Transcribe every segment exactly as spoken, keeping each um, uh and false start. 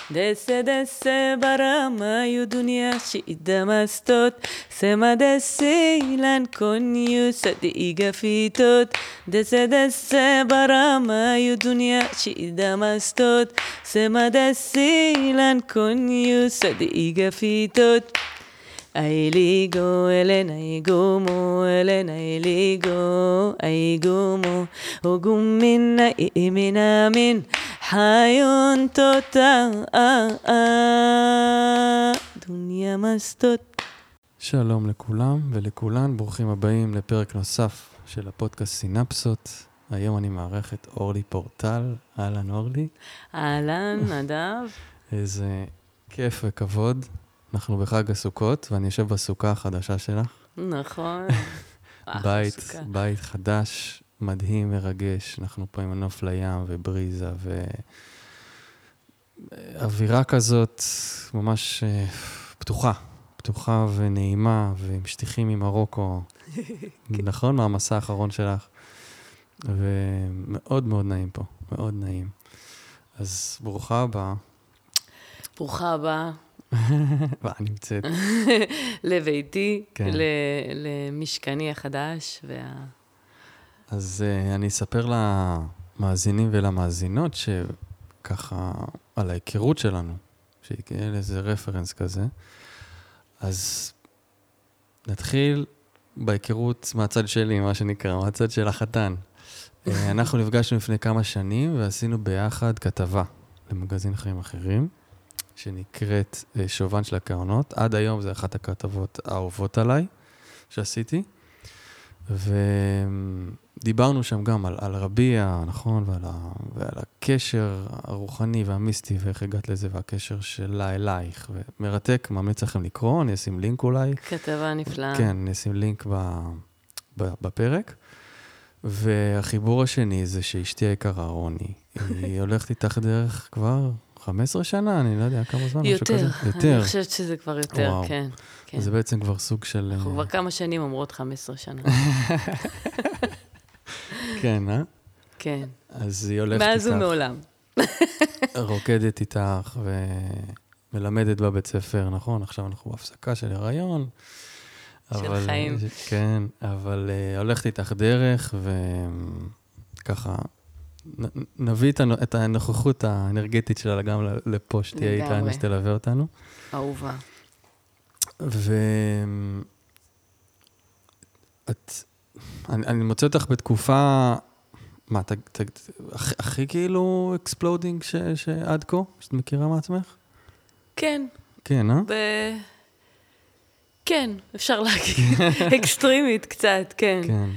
Desse desse baramayu dunya shida mastot Sema desse ilan konyu sadi igafitot Desse desse baramayu dunya shida mastot Sema desse ilan konyu sadi igafitot Ailigo elena igumo elena iligo aigumo ogum minna imina min hayun tota dunya mastot. שלום לכולם ולכולן, ברוכים הבאים לפרק נוסף של הפודקאסט סינפסות. היום אני מארח את אורלי פורטל. אהלן אורלי. אהלן נדב. איזה כיף וכבוד. אנחנו בחג הסוכות, ואני יושב בסוכה החדשה שלך. נכון. בית, בית חדש, מדהים, מרגש. אנחנו פה עם הנוף לים ובריזה, ואווירה כזאת ממש פתוחה. פתוחה ונעימה, ועם שטיחים ממרוקו. נכון? מהמסע האחרון שלך. ומאוד מאוד נעים פה. מאוד נעים. אז ברוכה הבאה. ברוכה הבאה. מה נמצאת? לביתי, למשכני החדש. אז אני אספר למאזינים ולמאזינות שככה על ההיכרות שלנו, שיהיה איזה רפרנס כזה. אז נתחיל בהיכרות מהצד שלי, מה שנקרא, מהצד של החתן. אנחנו נפגשנו לפני כמה שנים ועשינו ביחד כתבה למגזין חיים אחרים. שנקראת שוון של הקרנות. עד היום זה אחת הכתבות האהובות עליי שעשיתי. ודיברנו שם גם על, על רביע, נכון, ועל, ה, ועל הקשר הרוחני והמיסטי, ואיך הגעת לזה, והקשר שלה אלייך. ומרתק, ממליץ לכם לקרוא, אני אשים לינק אולי. כתבה נפלאה. כן, אני אשים לינק ב, ב, בפרק. והחיבור השני זה שאשתי היקרה רוני. היא הולכת איתך דרך כבר חמש עשרה שנה, אני לא יודע כמה זמן. יותר, אני חושבת שזה כבר יותר, כן. זה בעצם כבר סוג של... אנחנו כבר כמה שנים אומרות חמש עשרה שנה. כן, אה? כן. אז היא הולכת איתך. מאז ומעולם. רוקדת איתך ומלמדת בבית ספר, נכון? עכשיו אנחנו בהפסקה של הריון. של חיים. כן, אבל הולכת איתך דרך וככה... נביא את הנוכחות האנרגטית שלה גם לפה, שתהיה איתנו, שתלווה אותנו. אהובה. ואני מוצא אותך בתקופה, מה, הכי כאילו אקספלודינג שעד כה, שאת מכירה מעצמך? כן. כן, אה? כן, אפשר להגיד. אקסטרימית קצת, כן. כן.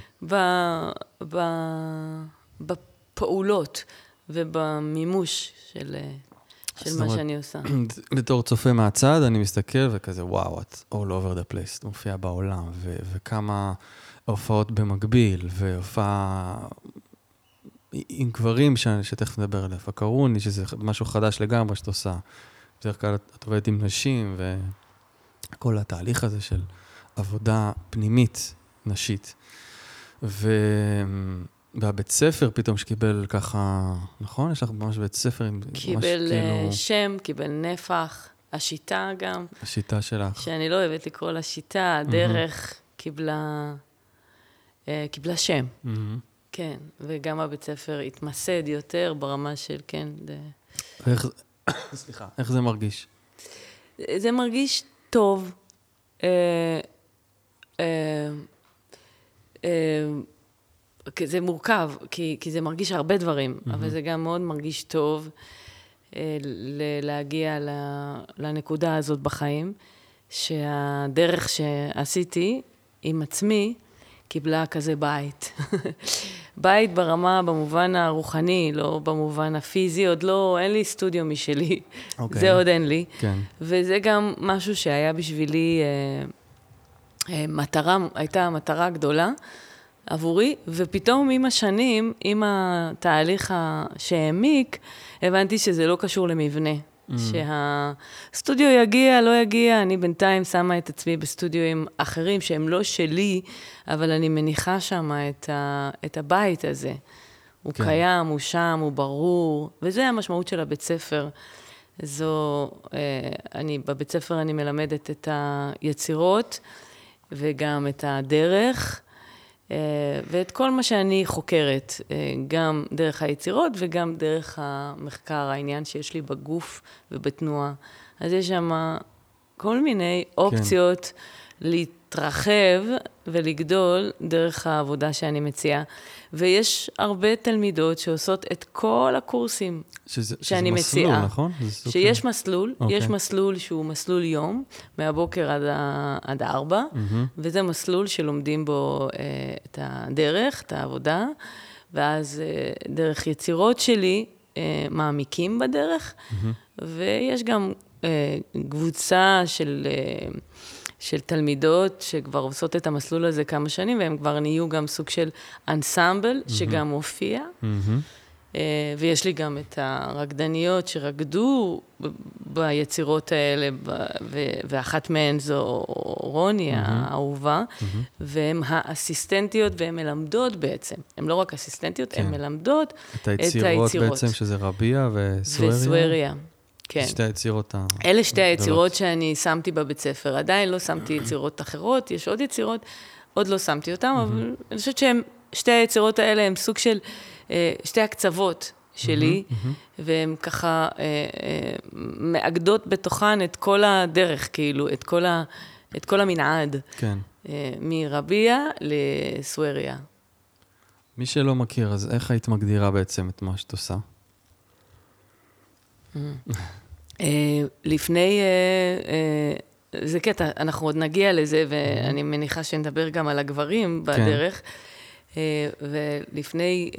ב... פעולות ובמימוש של, של מה שאני עושה. בתור צופה מהצד, אני מסתכל וכזה, וואו, את all over the place, את מופיעה בעולם, ו- וכמה הופעות במקביל, והופעה עם גברים ש- שתכף נדבר עליו, הקרוני, שזה משהו חדש לגמרי שאת עושה. בדרך כלל את עובדת עם נשים, וכל התהליך הזה של עבודה פנימית, נשית. ו... והבית ספר פתאום שקיבל ככה, נכון? יש לך ממש בית ספר עם... קיבל כאילו... שם, קיבל נפח, השיטה גם. השיטה שלך. שאני לא אוהבת לקרוא לה שיטה, הדרך mm-hmm. קיבלה, אה, קיבלה שם. Mm-hmm. כן, וגם הבית ספר התמסד יותר ברמה של, כן. זה... ואיך, סליחה, איך זה מרגיש? זה מרגיש טוב. אה, אה, אה, זה מורכב, כי, כי זה מרגיש הרבה דברים, mm-hmm. אבל זה גם מאוד מרגיש טוב אה, ל- להגיע ל- לנקודה הזאת בחיים, שהדרך שעשיתי עם עצמי קיבלה כזה בית. בית ברמה, במובן הרוחני, לא במובן הפיזי, עוד לא, אין לי סטודיו משלי, okay. זה עוד אין לי. כן. וזה גם משהו שהיה בשבילי אה, אה, מטרה, הייתה מטרה גדולה, עבורי, ופתאום עם השנים, עם התהליך שהעמיק, הבנתי שזה לא קשור למבנה. Mm. שהסטודיו יגיע, לא יגיע, אני בינתיים שמה את עצמי בסטודיואים אחרים, שהם לא שלי, אבל אני מניחה שמה את, ה, את הבית הזה. הוא כן. קיים, הוא שם, הוא ברור, וזה המשמעות של הבית ספר. זו, אני, בבית ספר אני מלמדת את היצירות, וגם את הדרך, ואת כל מה שאני חוקרת, גם דרך היצירות וגם דרך המחקר, העניין שיש לי בגוף ובתנועה. אז יש שם כל מיני אופציות כן. להתרחב ולגדול דרך העבודה שאני מציעה. ויש הרבה תלמידות שעושות את כל הקורסים שזה, שאני שזה מציעה. מסלול, נכון? שיש מסלול, okay. יש מסלול שהוא מסלול יום, מהבוקר עד, ה, עד ארבע, mm-hmm. וזה מסלול שלומדים בו אה, את הדרך, את העבודה, ואז אה, דרך יצירות שלי אה, מעמיקים בדרך, mm-hmm. ויש גם אה, קבוצה של... אה, של תלמידות שכבר עושות את המסלול הזה כמה שנים, והם כבר נהיו גם סוג של אנסמבל, mm-hmm. שגם מופיע. Mm-hmm. ויש לי גם את הרקדניות שרקדו ביצירות האלה, ואחת מהן זו רוני, mm-hmm. האהובה, mm-hmm. והן האסיסטנטיות, והן מלמדות בעצם. הן לא רק אסיסטנטיות, כן. הן מלמדות את היצירות. את היצירות בעצם, שזה רביה וסואריה. וסואריה. כן. שתי היצירות ה... אלה שתי היצירות שאני שמתי בבית ספר. עדיין לא שמתי יצירות אחרות, יש עוד יצירות, עוד לא שמתי אותן, אבל אני חושבת שהן, שתי היצירות האלה הן סוג של שתי הקצוות שלי, והן ככה מאגדות בתוכן את כל הדרך, כאילו, את כל, ה, את כל המנעד. כן. מרביה לסואריה. מי שלא מכיר, אז איך היית מגדירה בעצם את מה שאת עושה? לפני, זה קטע, אנחנו עוד נגיע לזה, ואני מניחה שנדבר גם על הגברים בדרך, ולפני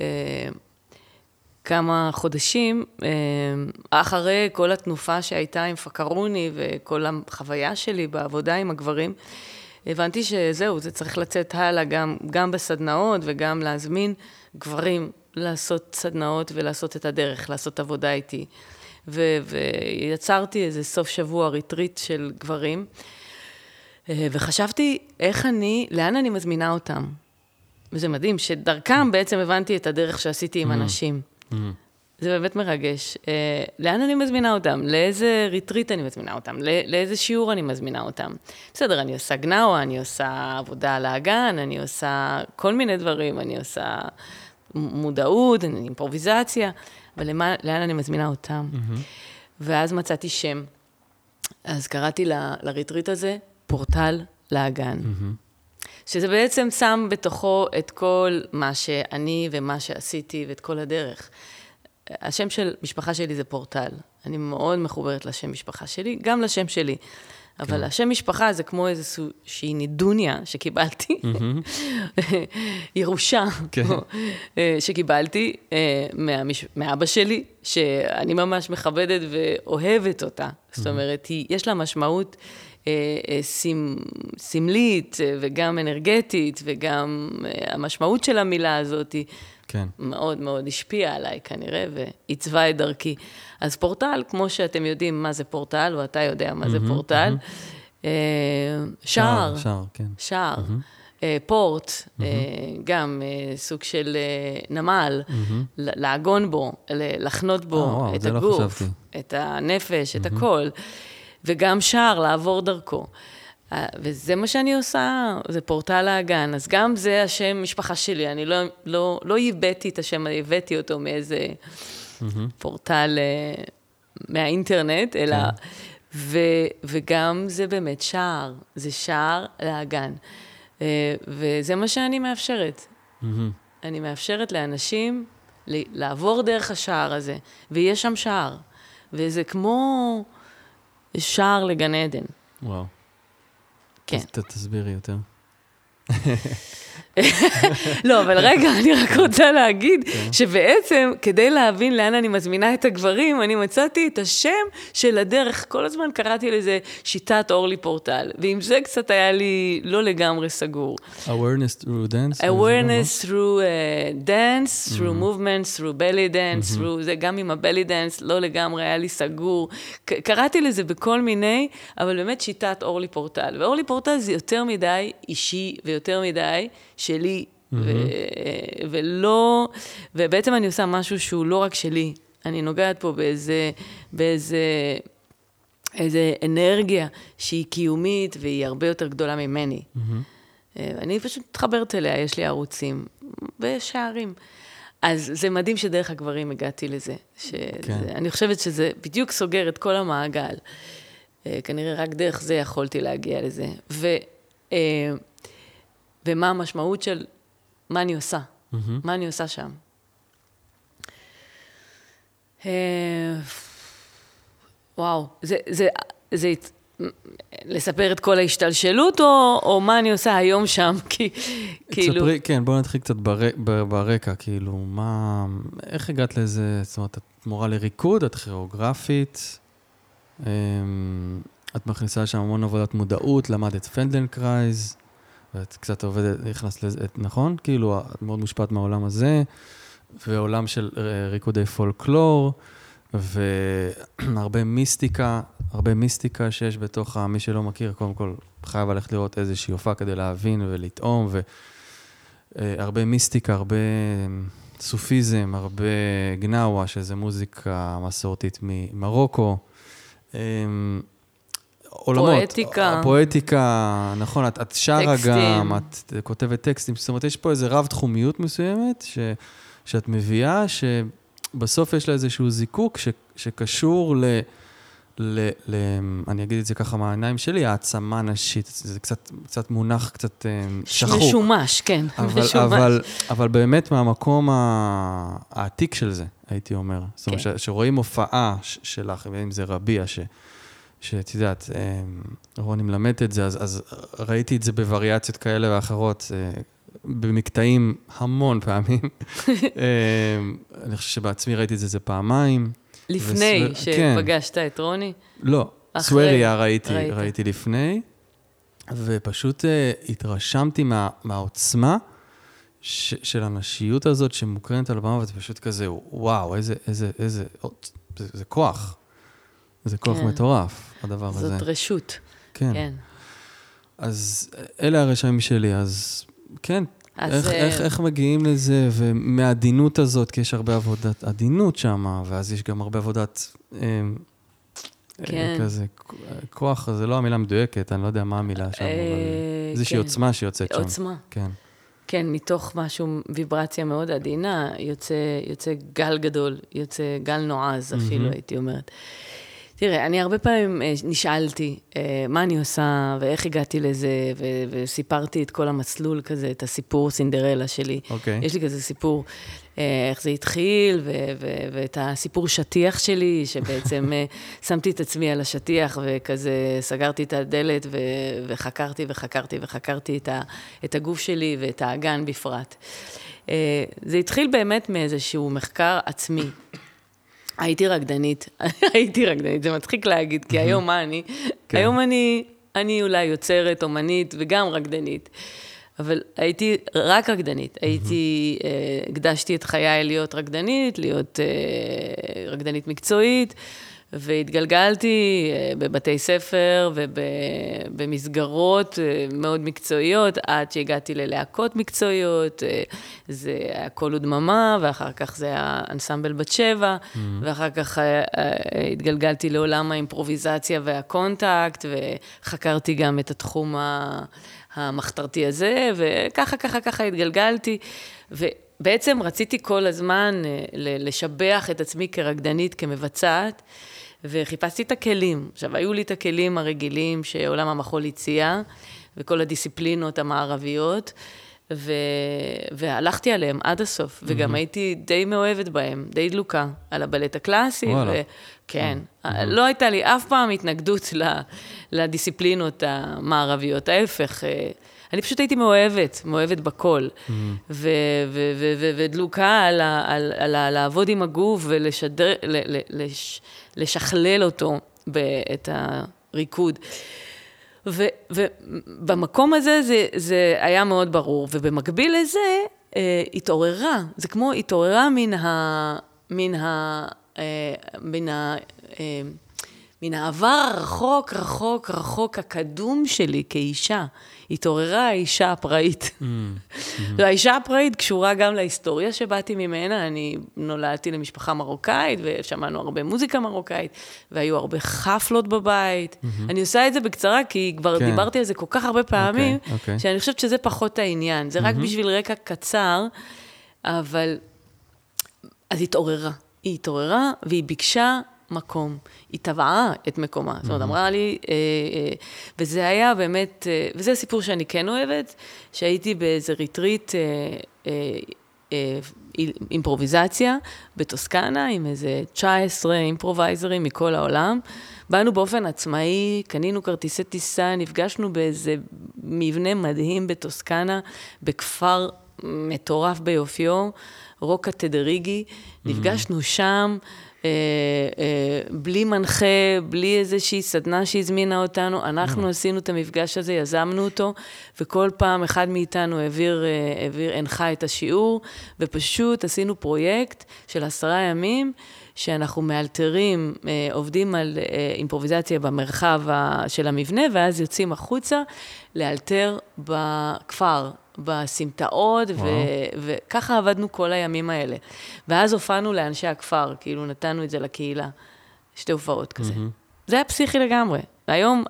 כמה חודשים, אחרי כל התנופה שהייתה עם פקרוני, וכל החוויה שלי בעבודה עם הגברים, הבנתי שזהו, זה צריך לצאת הלאה גם, גם בסדנאות, וגם להזמין גברים לעשות סדנאות, ולעשות את הדרך, לעשות עבודה איתי. ו- ויצרתי איזה סוף שבוע ריטריט של גברים, וחשבתי איך אני, לאן אני מזמינה אותם. וזה מדהים, שדרכם בעצם הבנתי את הדרך שעשיתי עם אנשים. זה באמת מרגש. לאן אני מזמינה אותם? לאיזה ריטריט אני מזמינה אותם? לאיזה שיעור אני מזמינה אותם? בסדר, אני עושה גנאו, אני עושה עבודה על האגן, אני עושה כל מיני דברים, אני עושה מודעות, אימפרוביזציה, אבל למה, לאן אני מזמינה אותם? Mm-hmm. ואז מצאתי שם. אז קראתי ל, לריטריט הזה, פורטל לאגן. Mm-hmm. שזה בעצם שם בתוכו את כל מה שאני ומה שעשיתי ואת כל הדרך. השם של משפחה שלי זה פורטל. אני מאוד מחוברת לשם משפחה שלי, גם לשם שלי. אבל השם משפחה זה כמו איזושהי נידוניה שקיבלתי, ירושה שקיבלתי מאבא שלי, שאני ממש מכבדת ואוהבת אותה. זאת אומרת, יש לה משמעות סמלית וגם אנרגטית, וגם המשמעות של המילה הזאת כן. מאוד מאוד השפיעה עליי כנראה, ועיצבה את דרכי. אז פורטל, כמו שאתם יודעים מה זה פורטל, ואתה יודע מה זה פורטל, שער, שער, כן. שער, פורט, גם סוג של נמל, לעגון בו, לחנות בו את הגוף, את הנפש, את הכל, וגם שער, לעבור דרכו. וזה מה שאני עושה, זה פורטל האגן, אז גם זה השם משפחה שלי, אני לא, לא, לא הבאתי את השם, אני הבאתי אותו מאיזה mm-hmm. פורטל מהאינטרנט, אלא, כן. ו, וגם זה באמת שער, זה שער לאגן, וזה מה שאני מאפשרת. Mm-hmm. אני מאפשרת לאנשים לעבור דרך השער הזה, ויש שם שער, וזה כמו שער לגן עדן. וואו. כן. תסבירי יותר. לא, אבל רגע, אני רק רוצה להגיד שבעצם, כדי להבין לאן אני מזמינה את הגברים, אני מצאתי את השם של הדרך, כל הזמן קראתי לזה שיטת אורלי פורטל, ועם זה קצת היה לי לא לגמרי סגור. Awareness through dance? Awareness through uh, dance, through mm-hmm. movements, through belly dance, mm-hmm. through זה, גם עם ה-belly dance, לא לגמרי היה לי סגור. קראתי לזה בכל מיני, אבל באמת שיטת אורלי פורטל. ואורלי פורטל זה יותר מדי אישי, ויותר מדי שלי, mm-hmm. ו- ולא, ובעצם אני עושה משהו שהוא לא רק שלי, אני נוגעת פה באיזה, באיזה, איזה אנרגיה שהיא קיומית, והיא הרבה יותר גדולה ממני. Mm-hmm. אני פשוט מתחברת אליה, יש לי ערוצים ושערים. אז זה מדהים שדרך הגברים הגעתי לזה. שזה, כן. אני חושבת שזה בדיוק סוגר את כל המעגל. כנראה רק דרך זה יכולתי להגיע לזה. ו, ומה המשמעות של מה אני עושה? Mm-hmm. מה אני עושה שם? וואו, זה, זה, זה, לספר את כל ההשתלשלות, או, או מה אני עושה היום שם, כי, כאילו... ספרי, כן, בואו נתחיל קצת בר, בר, ברקע, כאילו, מה, איך הגעת לזה, זאת אומרת, את מורה לריקוד, את כירוגרפית, את מכניסה שם המון עבודת מודעות, למדת פנדלנקרייז, ואת קצת עובדת, נכנס לזה, נכון? כאילו, את מאוד מושפעת מהעולם הזה, ועולם של ריקודי פולקלור, והרבה מיסטיקה, הרבה מיסטיקה שיש בתוך מי שלא מכיר, קודם כל חייב ללכת לראות איזושהי הופעה כדי להבין ולטעום, והרבה מיסטיקה, הרבה סופיזם, הרבה גנאווה, שזה מוזיקה מסורתית ממרוקו, עולמות. פואטיקה. פואטיקה, נכון, את, את שרה גם, את כותבת טקסטים, זאת אומרת, יש פה איזה רב תחומיות מסוימת, ש, שאת מביאה, שבסוף יש לה איזשהו זיקוק, ש, שקשור ל, ל, ל, אני אגיד את זה ככה מהעיניים שלי, העצמה נשית, זה קצת, קצת מונח, קצת שחוק. משומש, כן, אבל, משומש. אבל, אבל באמת מהמקום העתיק של זה, הייתי אומר. זאת אומרת, כן. שרואים הופעה שלך, אם זה רביה, ש... שאת יודעת, רוני מלמד את זה, אז, אז ראיתי את זה בווריאציות כאלה ואחרות, במקטעים המון פעמים. אני חושב שבעצמי ראיתי את זה, זה פעמיים. לפני וסו... שפגשת כן. את רוני? לא, סווריה ראיתי, ראיתי לפני, ופשוט התרשמתי מה, מהעוצמה ש, של הנשיות הזאת שמוקרנת על הבמה, וזה פשוט כזה, וואו, איזה, איזה, איזה, זה, זה כוח. זה כוח כן. מטורף, הדבר זאת הזה. זאת רשות. כן. כן. אז אלה הרשמים שלי, אז כן, אז איך, uh... איך, איך מגיעים לזה, ומהעדינות הזאת, כי יש הרבה עבודת עדינות שם, ואז יש גם הרבה עבודת כן. כזה, כוח, זה לא המילה מדויקת, אני לא יודע מה המילה שם, אבל איזושהי כן. עוצמה שיוצאת שם. עוצמה. כן. כן, מתוך משהו, ויברציה מאוד עדינה, יוצא, יוצא גל גדול, יוצא גל נועז אפילו, mm-hmm. הייתי אומרת. תראה, אני הרבה פעמים נשאלתי מה אני עושה ואיך הגעתי לזה, ו- וסיפרתי את כל המסלול כזה, את הסיפור סינדרלה שלי. Okay. יש לי כזה סיפור, איך זה התחיל, ו- ו- ואת הסיפור שטיח שלי, שבעצם שמתי את עצמי על השטיח, וכזה סגרתי את הדלת, ו- וחקרתי וחקרתי וחקרתי את, ה- את הגוף שלי ואת האגן בפרט. זה התחיל באמת מאיזשהו מחקר עצמי. הייתי רקדנית, הייתי רקדנית, זה מצחיק להגיד, כי היום מה אני? היום אני, אני אולי יוצרת, אומנית וגם רקדנית, אבל הייתי רק רקדנית, הייתי, הקדשתי את חיי להיות רקדנית, להיות רקדנית מקצועית, והתגלגלתי בבתי ספר ובמסגרות מאוד מקצועיות, עד שהגעתי ללהקות מקצועיות, זה היה קול ודממה, ואחר כך זה היה אנסמבל בת שבע, mm-hmm. ואחר כך התגלגלתי לעולם האימפרוביזציה והקונטקט, וחקרתי גם את התחום המחתרתי הזה, וככה, ככה, ככה התגלגלתי, ובעצם רציתי כל הזמן לשבח את עצמי כרקדנית, כמבצעת, וחיפשתי את הכלים. עכשיו, היו לי את הכלים הרגילים שעולם המחול הציע, וכל הדיסציפלינות המערביות, ו... והלכתי עליהם עד הסוף, וגם mm-hmm. הייתי די מאוהבת בהם, די דלוקה, על הבלט הקלאסי, ו... כן. Mm-hmm. לא הייתה לי אף פעם התנגדות לדיסציפלינות המערביות, ההפך, אני פשוט הייתי מאוהבת, מאוהבת בכל, mm-hmm. ו- ו- ו- ו- ודלוקה על, ה- על, על, על לעבוד עם הגוף ולשדר, ל- ל- לש- לשכלל אותו את הריקוד. ו- ובמקום הזה זה, זה היה מאוד ברור, ובמקביל לזה אה, התעוררה, זה כמו התעוררה מן ה... מן ה... אה, מן ה... אה, מן העבר הרחוק, רחוק, רחוק, הקדום שלי כאישה. התעוררה האישה הפראית. Mm, mm-hmm. האישה הפראית קשורה גם להיסטוריה שבאתי ממנה. אני נולדתי למשפחה מרוקאית, ושמענו הרבה מוזיקה מרוקאית, והיו הרבה חפלות בבית. Mm-hmm. אני עושה את זה בקצרה, כי כבר כן. דיברתי על זה כל כך הרבה פעמים, okay, okay. שאני חושבת שזה פחות העניין. זה mm-hmm. רק בשביל רקע קצר, אבל... אז היא התעוררה. היא התעוררה, והיא ביקשה... מקום. היא טבעה את מקומה. זאת אומרת, אמרה לי, אה, אה, וזה היה באמת, אה, וזה הסיפור שאני כן אוהבת, שהייתי באיזה ריטריט אה, אה, אה, אימפרוביזציה בטוסקנה, עם איזה תשע עשרה אימפרובייזרים מכל העולם. באנו באופן עצמאי, קנינו כרטיסי טיסה, נפגשנו באיזה מבנה מדהים בטוסקנה, בכפר מטורף ביופיו, רוקה תדריגי, נפגשנו שם, אה, אה, בלי מנחה, בלי איזושהי סדנה שהזמינה אותנו, אנחנו עשינו את המפגש הזה, יזמנו אותו, וכל פעם אחד מאיתנו העביר, אה, העביר, הנחה את השיעור, ופשוט עשינו פרויקט של עשרה ימים, שאנחנו מאלתרים, אה, עובדים על אה, אימפרוביזציה במרחב ה, של המבנה, ואז יוצאים החוצה לאלתר בכפר, בסמטאות, ו- וככה עבדנו כל הימים האלה. ואז הופענו לאנשי הכפר, כאילו נתנו את זה לקהילה, שתי הופעות כזה. Mm-hmm. זה היה פסיכי לגמרי. והיום,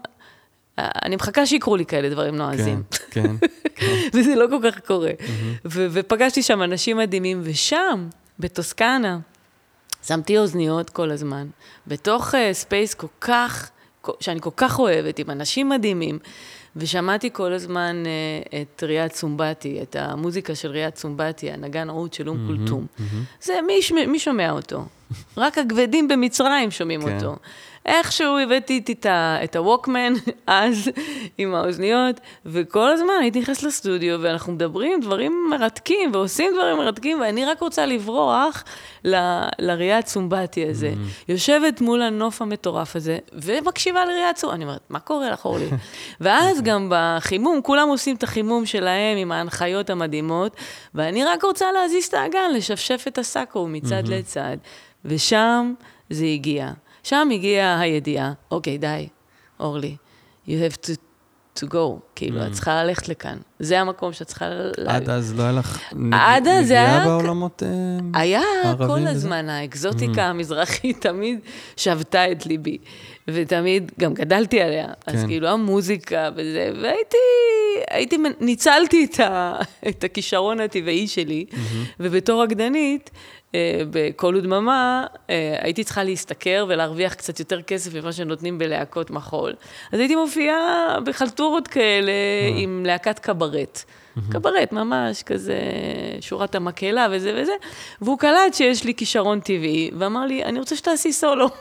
אני מחכה שיקרו לי כאלה דברים נועזים. כן, כן. כן. וזה לא כל כך קורה. Mm-hmm. ו- ופגשתי שם אנשים מדהימים, ושם, בטוסקנה, שמתי אוזניות כל הזמן, בתוך uh, ספייס כל כך, שאני כל כך אוהבת, עם אנשים מדהימים, ושמעתי כל הזמן uh, את ריאד סומבטי, את המוזיקה של ריאד סומבטי, הנגן עוד של אום כולתום. זה, מי, מי שומע אותו? רק הגבדים במצרים שומעים כן. אותו. איכשהו הבאתי איתי את הווקמן, אז עם האוזניות, וכל הזמן הייתי נכנס לסטודיו, ואנחנו מדברים דברים מרתקים, ועושים דברים מרתקים, ואני רק רוצה לברוח ל- לריאד סומבטי הזה. Mm-hmm. יושבת מול הנוף המטורף הזה, ומקשיבה לריאד סומבטי. אני אומרת, מה קורה לך, אורלי? ואז גם בחימום, כולם עושים את החימום שלהם עם ההנחיות המדהימות, ואני רק רוצה להזיז את האגן, לשפשף את הסאקו מצד mm-hmm. לצד, ושם זה הגיע. שם הגיעה הידיעה, אוקיי, די, אורלי, you have to, to go, כאילו, את צריכה ללכת לכאן. זה המקום שאת צריכה... עד אז לא היה לך נגיעה בעולמות ערבים? היה כל הזמן, האקזוטיקה המזרחית תמיד שבתה את ליבי, ותמיד גם גדלתי עליה, אז כאילו המוזיקה וזה, והייתי, הייתי, ניצלתי את הכישרון הטבעי שלי, ובתור רקדנית, בכל ודממה, הייתי צריכה להסתכר ולהרוויח קצת יותר כסף ממה שנותנים בלהקות מחול. אז הייתי מופיעה בחלטורות כאלה עם להקת קברט. קברט, ממש כזה שורת המקהלה וזה וזה. והוא קלט שיש לי כישרון טבעי, ואמר לי, אני רוצה שתעשי סולו.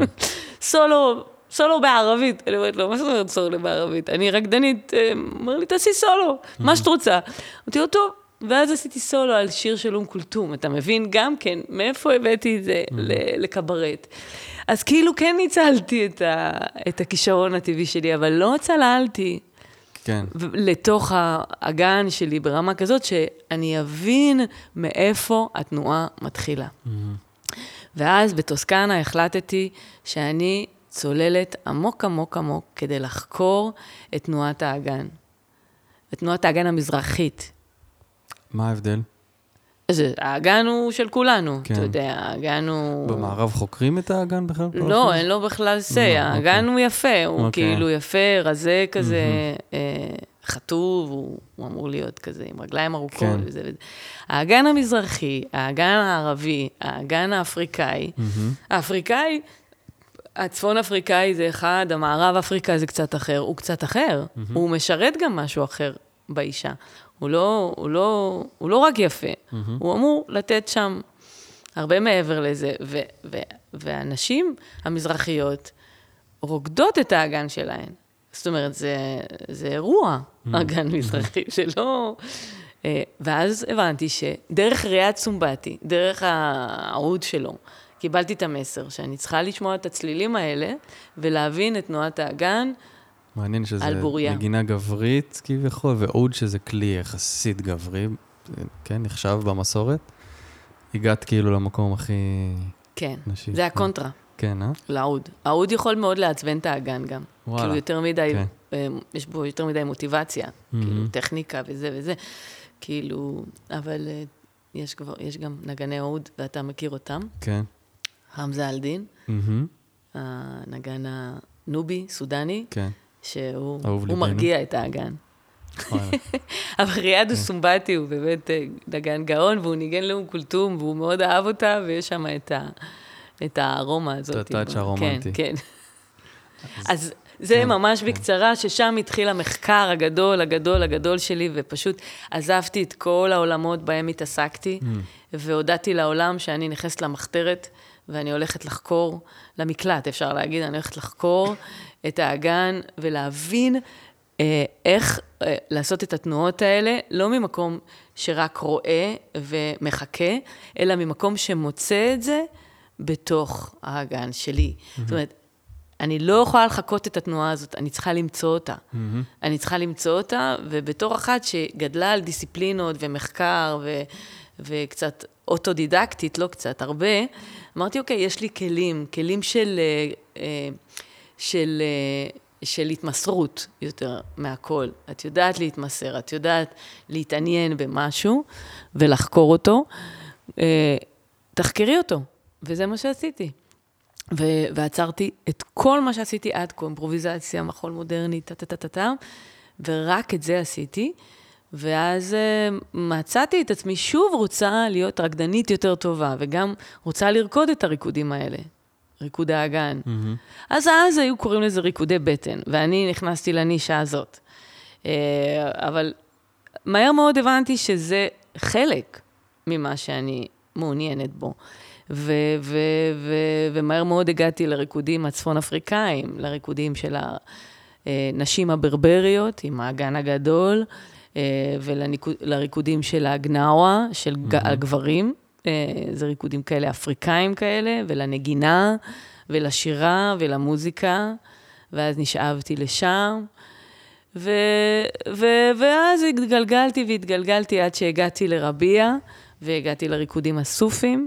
סולו, סולו בערבית. אני אומרת לו, מה זאת אומרת סולו בערבית? אני רקדנית, אמר לי, תעשי סולו, מה שאת רוצה. אמרתי לו, טוב. ואז עשיתי סולו על שיר של אום כולתום, אתה מבין גם כן, מאיפה הבאתי את זה לקברט. אז כאילו כן ניצלתי את, ה, את הכישרון הטבעי שלי, אבל לא צללתי כן. לתוך האגן שלי ברמה כזאת, שאני אבין מאיפה התנועה מתחילה. Mm-hmm. ואז בטוסקנה החלטתי שאני צוללת עמוק עמוק עמוק, כדי לחקור את תנועת האגן. את תנועת האגן המזרחית. מה ההבדל? אז האגן הוא של כולנו, כן. אתה יודע, האגן הוא... במערב חוקרים את האגן בכלל? לא, אין לו בכלל סי, האגן הוא יפה, הוא כאילו יפה, רזה כזה, חטוב, הוא אמור להיות כזה, עם רגליים ארוכות כן. וזה וזה. האגן המזרחי, האגן הערבי, האגן האפריקאי, האפריקאי, הצפון אפריקאי זה אחד, המערב אפריקה זה קצת אחר, הוא קצת אחר, הוא משרת גם משהו אחר באישה. הוא לא, הוא לא, הוא לא רק יפה, mm-hmm. הוא אמור לתת שם הרבה מעבר לזה, ו, ו, והנשים המזרחיות רוקדות את האגן שלהן. זאת אומרת, זה, זה אירוע, mm-hmm. אגן מזרחי, שלא... ואז הבנתי שדרך ריאד סומבטי, דרך העוד שלו, קיבלתי את המסר, שאני צריכה לשמוע את הצלילים האלה, ולהבין את תנועת האגן, מעניין שזה נגינה גברית כביכול, ועוד שזה כלי יחסית גברי, כן, נחשב במסורת. הגעת כאילו למקום הכי כן, נשי. זה הקונטרה. כן, אה? לעוד. העוד יכול מאוד לעצבן את האגן גם. וואלה. כאילו יותר מדי, כן. יש בו יותר מדי מוטיבציה, כאילו טכניקה וזה וזה. כאילו, אבל יש כבר, יש גם נגני העוד, ואתה מכיר אותם. כן. חמזה אלדין, הנגן הנובי, סודני, כן. שהוא מרגיע את האגן. אבל ריאד הוא סומבטי, הוא באמת נגן גאון, והוא ניגן לאום כולתום, והוא מאוד אהב אותה, ויש שם את ה... את הארומה הזאת. את הטאץ' הרומנטי. כן, כן. אז זה ממש בקצרה, ששם התחיל המחקר הגדול, הגדול, הגדול שלי, ופשוט עזבתי את כל העולמות בהם התעסקתי, והודעתי לעולם שאני נכנסת למחתרת, ואני הולכת לחקור, למקלט, אפשר להגיד, אני הולכת לחקור את האגן, ולהבין איך לעשות את התנועות האלה, לא ממקום שרק רואה ומחכה, אלא ממקום שמוצא את זה, בתוך האגן שלי. Mm-hmm. זאת אומרת, אני לא יכולה לחכות את התנועה הזאת, אני צריכה למצוא אותה. Mm-hmm. אני צריכה למצוא אותה, ובתור אחת שגדלה על דיסציפלינות ומחקר, ו, וקצת אוטודידקטית, לא קצת, הרבה, אמרתי, אוקיי, יש לי כלים, כלים של, של, של התמסרות יותר מהכל. את יודעת להתמסר, את יודעת להתעניין במשהו, ולחקור אותו. תחקרי אותו. וזה מה שעשיתי. ו- ועצרתי את כל מה שעשיתי עד כה, אימפרוביזציה, מחול מודרני, טה-טה-טה-טה, ורק את זה עשיתי, ואז uh, מצאתי את עצמי שוב רוצה להיות רקדנית יותר טובה, וגם רוצה לרקוד את הריקודים האלה, ריקוד האגן. Mm-hmm. אז אז היו קוראים לזה ריקודי בטן, ואני נכנסתי לנישה הזאת. Uh, אבל מהר מאוד הבנתי שזה חלק ממה שאני מעוניינת בו. ו- ו- ו- ומהר מאוד הגעתי לריקודים הצפון אפריקאים, לריקודים של הנשים הברבריות, עם האגן הגדול, ולריקודים של הגנאווה, של mm-hmm. הגברים, זה ריקודים כאלה אפריקאים כאלה, ולנגינה, ולשירה, ולמוזיקה, ואז נשאבתי לשם, ו- ו- ואז התגלגלתי והתגלגלתי עד שהגעתי לרביע, והגעתי לריקודים הסופים,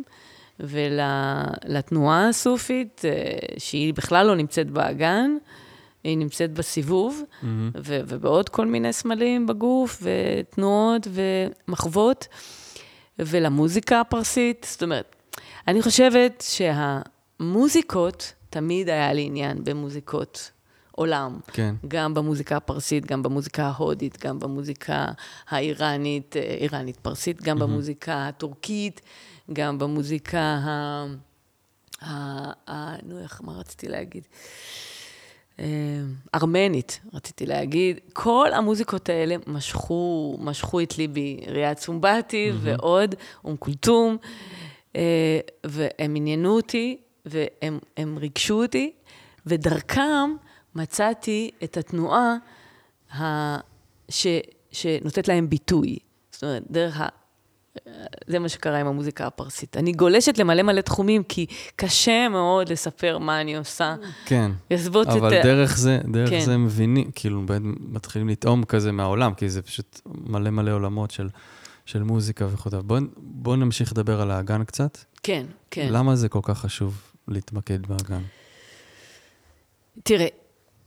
ולתנועה הסופית, שהיא בכלל לא נמצאת באגן, היא נמצאת בסיבוב, mm-hmm. ו- ובעוד כל מיני סמלים בגוף, ותנועות ומחוות, ולמוזיקה הפרסית. זאת אומרת, אני חושבת שהמוזיקות, תמיד היה לי עניין במוזיקות עולם. כן. גם במוזיקה הפרסית, גם במוזיקה ההודית, גם במוזיקה האיראנית, איראנית פרסית, גם mm-hmm. במוזיקה הטורקית, גם במוזיקה ה... ה... ה... נו, איך, מה רציתי להגיד? ארמנית, רציתי להגיד. כל המוזיקות האלה משכו, משכו את ליבי, ריאד סומבטי mm-hmm. ועוד, אום כולתום, והם עניינו אותי, והם הם ריגשו אותי, ודרכם מצאתי את התנועה ה... ש... שנותנת להם ביטוי. זאת אומרת, דרך ה... זה מה שקרה עם המוזיקה הפרסית. אני גולשת למלא מלא תחומים, כי קשה מאוד לספר מה אני עושה. כן, אבל את... דרך זה, דרך כן. זה מבינים, כאילו, מתחילים לטעום כזה מהעולם, כי זה פשוט מלא מלא עולמות של, של מוזיקה וכו'. בוא, בוא נמשיך לדבר על האגן קצת. כן, כן. למה זה כל כך חשוב להתמקד באגן? תראה,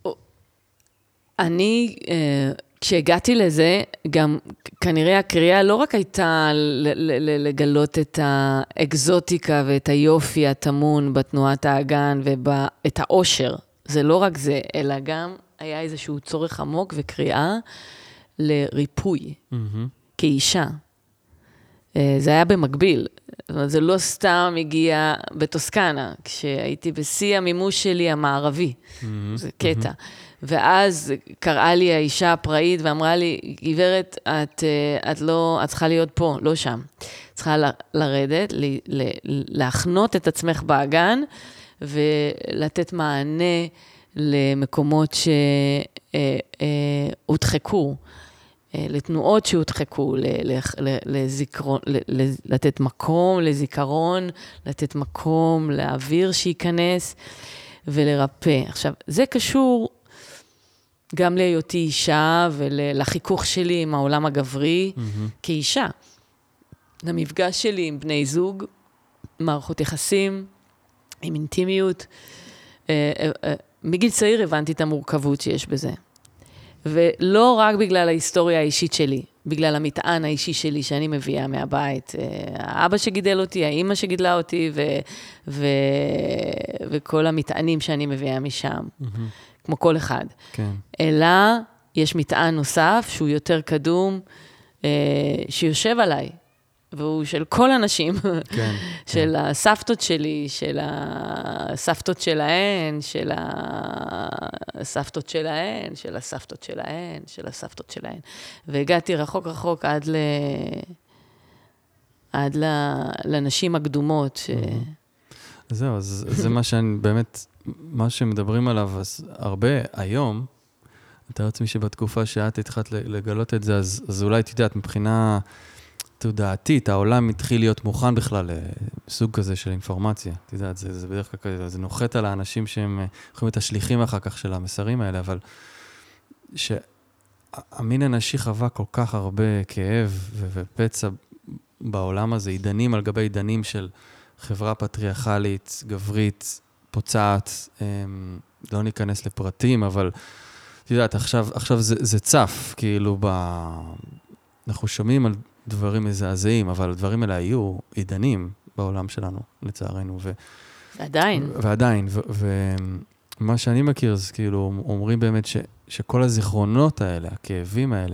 אני... כשהגעתי לזה, גם כנראה הקריאה לא רק הייתה לגלות את האקזוטיקה ואת היופי התמון בתנועת האגן ואת העושר. זה לא רק זה, אלא גם היה איזשהו צורך עמוק וקריאה לריפוי, כאישה. זה היה במקביל. זה לא סתם הגיע בטוסקנה, כשהייתי בשיא המימוש שלי המערבי. זה קטע. ואז קראה לי האישה הפראית ואמרה לי, גברת, את, את לא, את צריכה להיות פה, לא שם. צריכה ל, לרדת, ל, ל, להכנות את עצמך באגן, ולתת מענה למקומות שהודחקו, לתנועות שהודחקו, לזיכרון, לתת מקום לזיכרון, לתת מקום לאוויר שייכנס, ולרפא. עכשיו, זה קשור גם להיותי אישה ולחיכוך שלי עם העולם הגברי mm-hmm. כאישה. למפגש שלי עם בני זוג, מערכות יחסים, עם אינטימיות. מגיל צעיר הבנתי את המורכבות שיש בזה. ולא רק בגלל ההיסטוריה האישית שלי, בגלל המטען האישי שלי שאני מביאה מהבית. האבא שגידל אותי, האמא שגידלה אותי, ו- ו- וכל המטענים שאני מביאה משם, mm-hmm. כמו כל אחד. כן. אלא יש מטען נוסף שהוא יותר קדום, שיושב עליי, והוא של כל אנשים, כן, של כן. הסבתות שלי, של הסבתות שלהן, של הסבתות שלהן, של הסבתות שלהן, של הסבתות שלהן. והגעתי רחוק רחוק עד ל... עד ל... לנשים הקדומות. ש... זהו, אז זה מה שאני באמת, מה שמדברים עליו אז הרבה היום, אתה עצמי שבתקופה שאת התחלת לגלות את זה, אז, אז אולי תדעת, מבחינה תודעתית, העולם התחיל להיות מוכן בכלל לסוג כזה של אינפורמציה. תדעת, זה, זה בדרך כלל כזה, זה נוחת על האנשים שהם יכולים את השליחים אחר כך של המסרים האלה, אבל שהמין אנשי חווה כל כך הרבה כאב ופצע בעולם הזה, עידנים על גבי עידנים של חברה פטריארכלית, גברית, פוצעת, לא ניכנס לפרטים, אבל את יודעת, עכשיו, עכשיו זה, זה צף, כאילו, ב... אנחנו שומעים על דברים מזעזעים, אבל הדברים האלה היו עידנים בעולם שלנו, לצערנו. ו... ועדיין. ועדיין. ו... ומה שאני מכיר, זה כאילו, אומרים באמת ש... שכל הזיכרונות האלה, הכאבים האלה,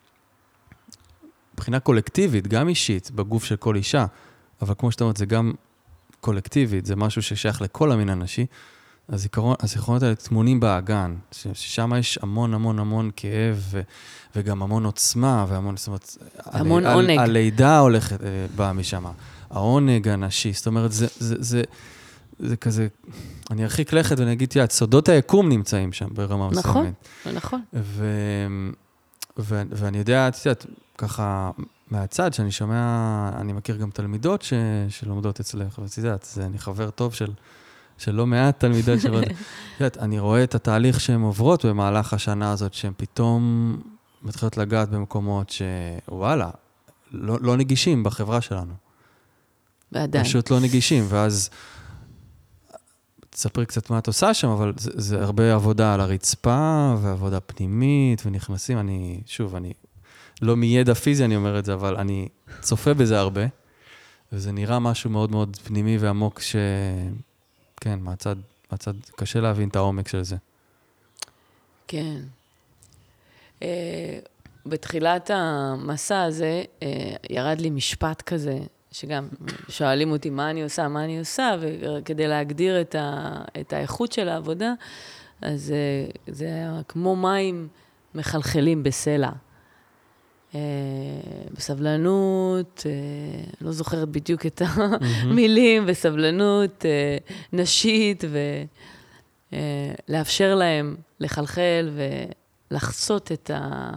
מבחינה קולקטיבית, גם אישית, בגוף של כל אישה, אבל כמו שאתה אומרת, זה גם קולקטיבית, זה משהו ששייך לכל המין הנשי, הזיכרונות האלה תמונים באגן, ששם יש המון המון המון כאב, ו, וגם המון עוצמה, והמון, זאת אומרת, המון ה, עונג. ה, הלידה הולכת, באה משם, העונג הנשי, זאת אומרת, זה, זה, זה, זה כזה, אני ארחיק לכת ואני אגיד, יד, סודות היקום נמצאים שם ברמה מסוימת. נכון, נכון. ו, ו, ואני יודע, את יודעת, ככה, מהצד שאני שומע, אני מכיר גם תלמידות ש, שלומדות אצלך, ואת יודעת, זה אני חבר טוב של... שלא מעט תלמידות שבאות, אני רואה את התהליך שהן עוברות במהלך השנה הזאת, שהן פתאום מתחילות לגעת במקומות שוואלה, לא, לא נגישים בחברה שלנו. ועדיין. פשוט לא נגישים, ואז תספרי קצת מה את עושה שם, אבל זה, זה הרבה עבודה על הרצפה, ועבודה פנימית, ונכנסים, אני, שוב, אני לא מידע פיזי, אני אומר את זה, אבל אני צופה בזה הרבה, וזה נראה משהו מאוד מאוד פנימי ועמוק ש... כן, מהצד, מהצד, קשה להבין את העומק של זה. כן. Uh, בתחילת המסע הזה, uh, ירד לי משפט כזה, שגם שואלים אותי מה אני עושה, מה אני עושה, וכדי להגדיר את, ה, את האיכות של העבודה, אז uh, זה היה כמו מים מחלחלים בסלע. Uh, בסבלנות, uh, לא זוכרת בדיוק את המילים, בסבלנות uh, נשית, ולאפשר uh, להם לחלחל ולחצות את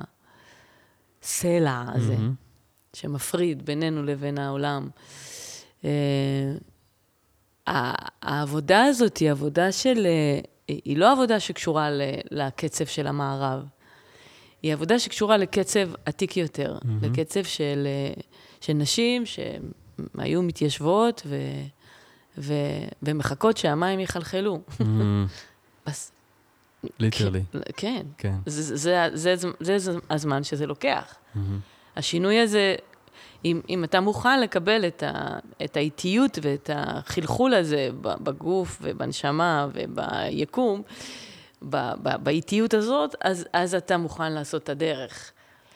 הסלע הזה, mm-hmm. שמפריד בינינו לבין העולם. Uh, העבודה הזאת היא עבודה של, uh, היא לא עבודה שקשורה לקצב של המערב, היא עבודה שקשורה לקצב עתיק יותר, mm-hmm. לקצב של, של נשים שהיו מתיישבות ו, ו, ומחכות שהמים יחלחלו. Mm-hmm. בס... ליטרלי. כן. כן. זה, זה, זה, זה, זה הזמן שזה לוקח. Mm-hmm. השינוי הזה, אם, אם אתה מוכן לקבל את, ה, את האיטיות ואת החלחול הזה בגוף ובנשמה וביקום, באיטיות הזאת, אז, אז אתה מוכן לעשות את הדרך.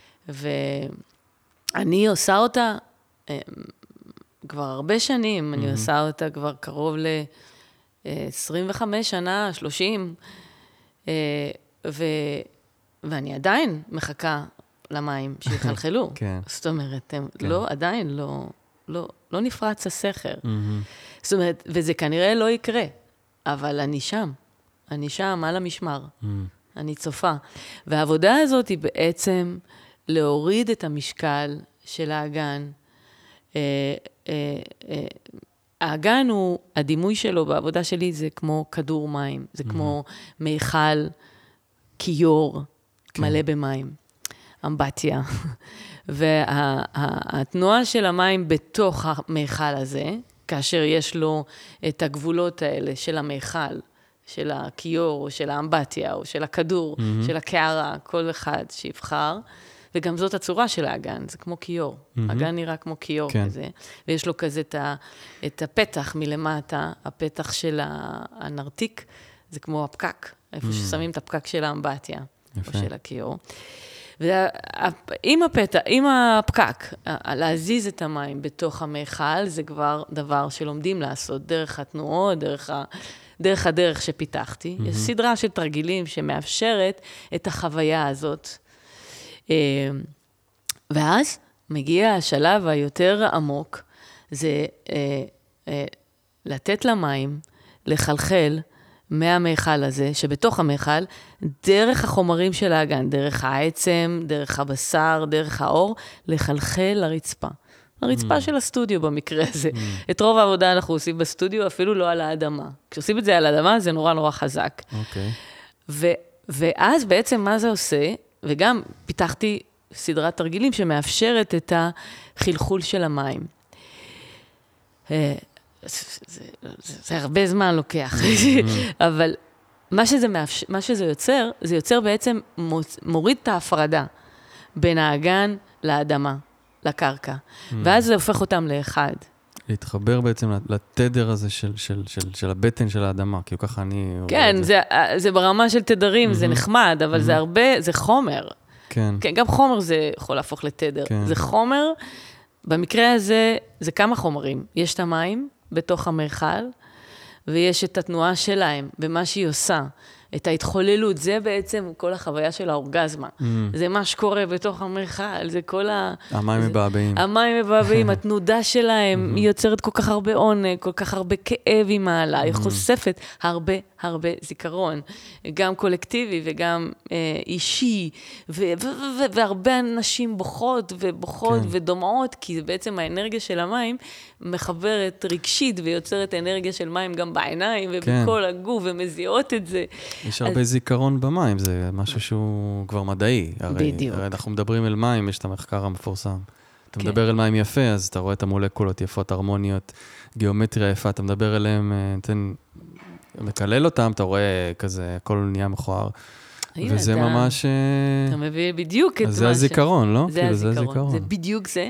ואני עושה אותה כבר הרבה שנים, mm-hmm. אני עושה אותה כבר קרוב ל-עשרים וחמש שנה, שלושים, ו... ואני עדיין מחכה למים שיחלחלו. כן. זאת אומרת, הם כן. לא, עדיין לא, לא, לא נפרץ הסכר. Mm-hmm. זאת אומרת, וזה כנראה לא יקרה, אבל אני שם. אני שם על המשמר, mm. אני צופה. והעבודה הזאת היא בעצם להוריד את המשקל של האגן. אה, אה, אה, האגן הוא, הדימוי שלו בעבודה שלי זה כמו כדור מים, זה mm. כמו מיכל קיור כן. מלא במים, אמבטיה. והתנועה של המים בתוך המיכל הזה, כאשר יש לו את הגבולות האלה של המיכל, של הכיור, או של האמבטיה, או של הכדור, mm-hmm. של הקערה, כל אחד שיבחר. וגם זאת הצורה של האגן, זה כמו כיור. Mm-hmm. האגן נראה כמו כיור כן. כזה. ויש לו כזה את, ה, את הפתח מלמטה, הפתח של הנרתיק, זה כמו הפקק, איפה mm-hmm. ששמים את הפקק של האמבטיה, יפה. או של הכיור. ועם הפתח, עם הפקק, להזיז את המים בתוך המיכל, זה כבר דבר שלומדים לעשות, דרך התנועות, דרך ה... דרך הדרך שפיתחתי. Mm-hmm. יש סדרה של תרגילים שמאפשרת את החוויה הזאת. ואז מגיע השלב היותר עמוק, זה לתת למים, לחלחל מהמיכל הזה, שבתוך המיכל, דרך החומרים של האגן, דרך העצם, דרך הבשר, דרך האור, לחלחל לרצפה. הרצפה mm. של הסטודיו במקרה הזה. Mm. את רוב העבודה אנחנו עושים בסטודיו, אפילו לא על האדמה. כשעושים את זה על האדמה, זה נורא נורא חזק. אוקיי. ו- ואז בעצם מה זה עושה, וגם פיתחתי סדרת תרגילים שמאפשרת את החלחול של המים. זה, זה, זה, זה הרבה זמן לוקח, אבל מה שזה, מאפשר, מה שזה יוצר, זה יוצר בעצם מוריד את ההפרדה בין האגן לאדמה. לקרקע, mm. ואז זה הופך אותם לאחד. להתחבר בעצם לתדר הזה של, של, של, של הבטן של האדמה, כי ככה אני... כן, זה. זה, זה ברמה של תדרים, mm-hmm. זה נחמד, אבל mm-hmm. זה הרבה, זה חומר. כן. כן, גם חומר זה יכול להפוך לתדר. כן. זה חומר, במקרה הזה, זה כמה חומרים. יש את המים בתוך המיכל, ויש את התנועה שלהם, ומה שהיא עושה. את ההתחוללות, זה בעצם כל החוויה של האורגזמה. Mm. זה מה שקורה בתוך המרחל, זה כל ה... המים מבעבעים. המים מבעבעים, התנודה שלהם, היא יוצרת כל כך הרבה עונג, כל כך הרבה כאב היא מעלה, היא חושפת הרבה הרבה זיכרון, גם קולקטיבי וגם אה, אישי, ו- ו- ו- ו- והרבה אנשים בוכות ובוכות כן. ודומעות, כי בעצם האנרגיה של המים מחברת רגשית ויוצרת אנרגיה של מים גם בעיניים ובכל כן. הגוף ומזיעות את זה. יש הרבה אז... זיכרון במים, זה משהו שהוא כבר מדעי. הרי, בדיוק. הרי אנחנו מדברים על מים, יש את המחקר המפורסם. אתה כן. מדבר על מים יפה, אז אתה רואה את המולקולות יפות, הרמוניות, גיאומטריה יפה, אתה מדבר עליהם, תן... מקלל אותם, אתה רואה כזה, הכל נהיה מכוער. וזה אתה, ממש... אתה מביא בדיוק את מה ש... זה הזיכרון, לא? זה הזיכרון, זה, הזיכרון. זה בדיוק זה.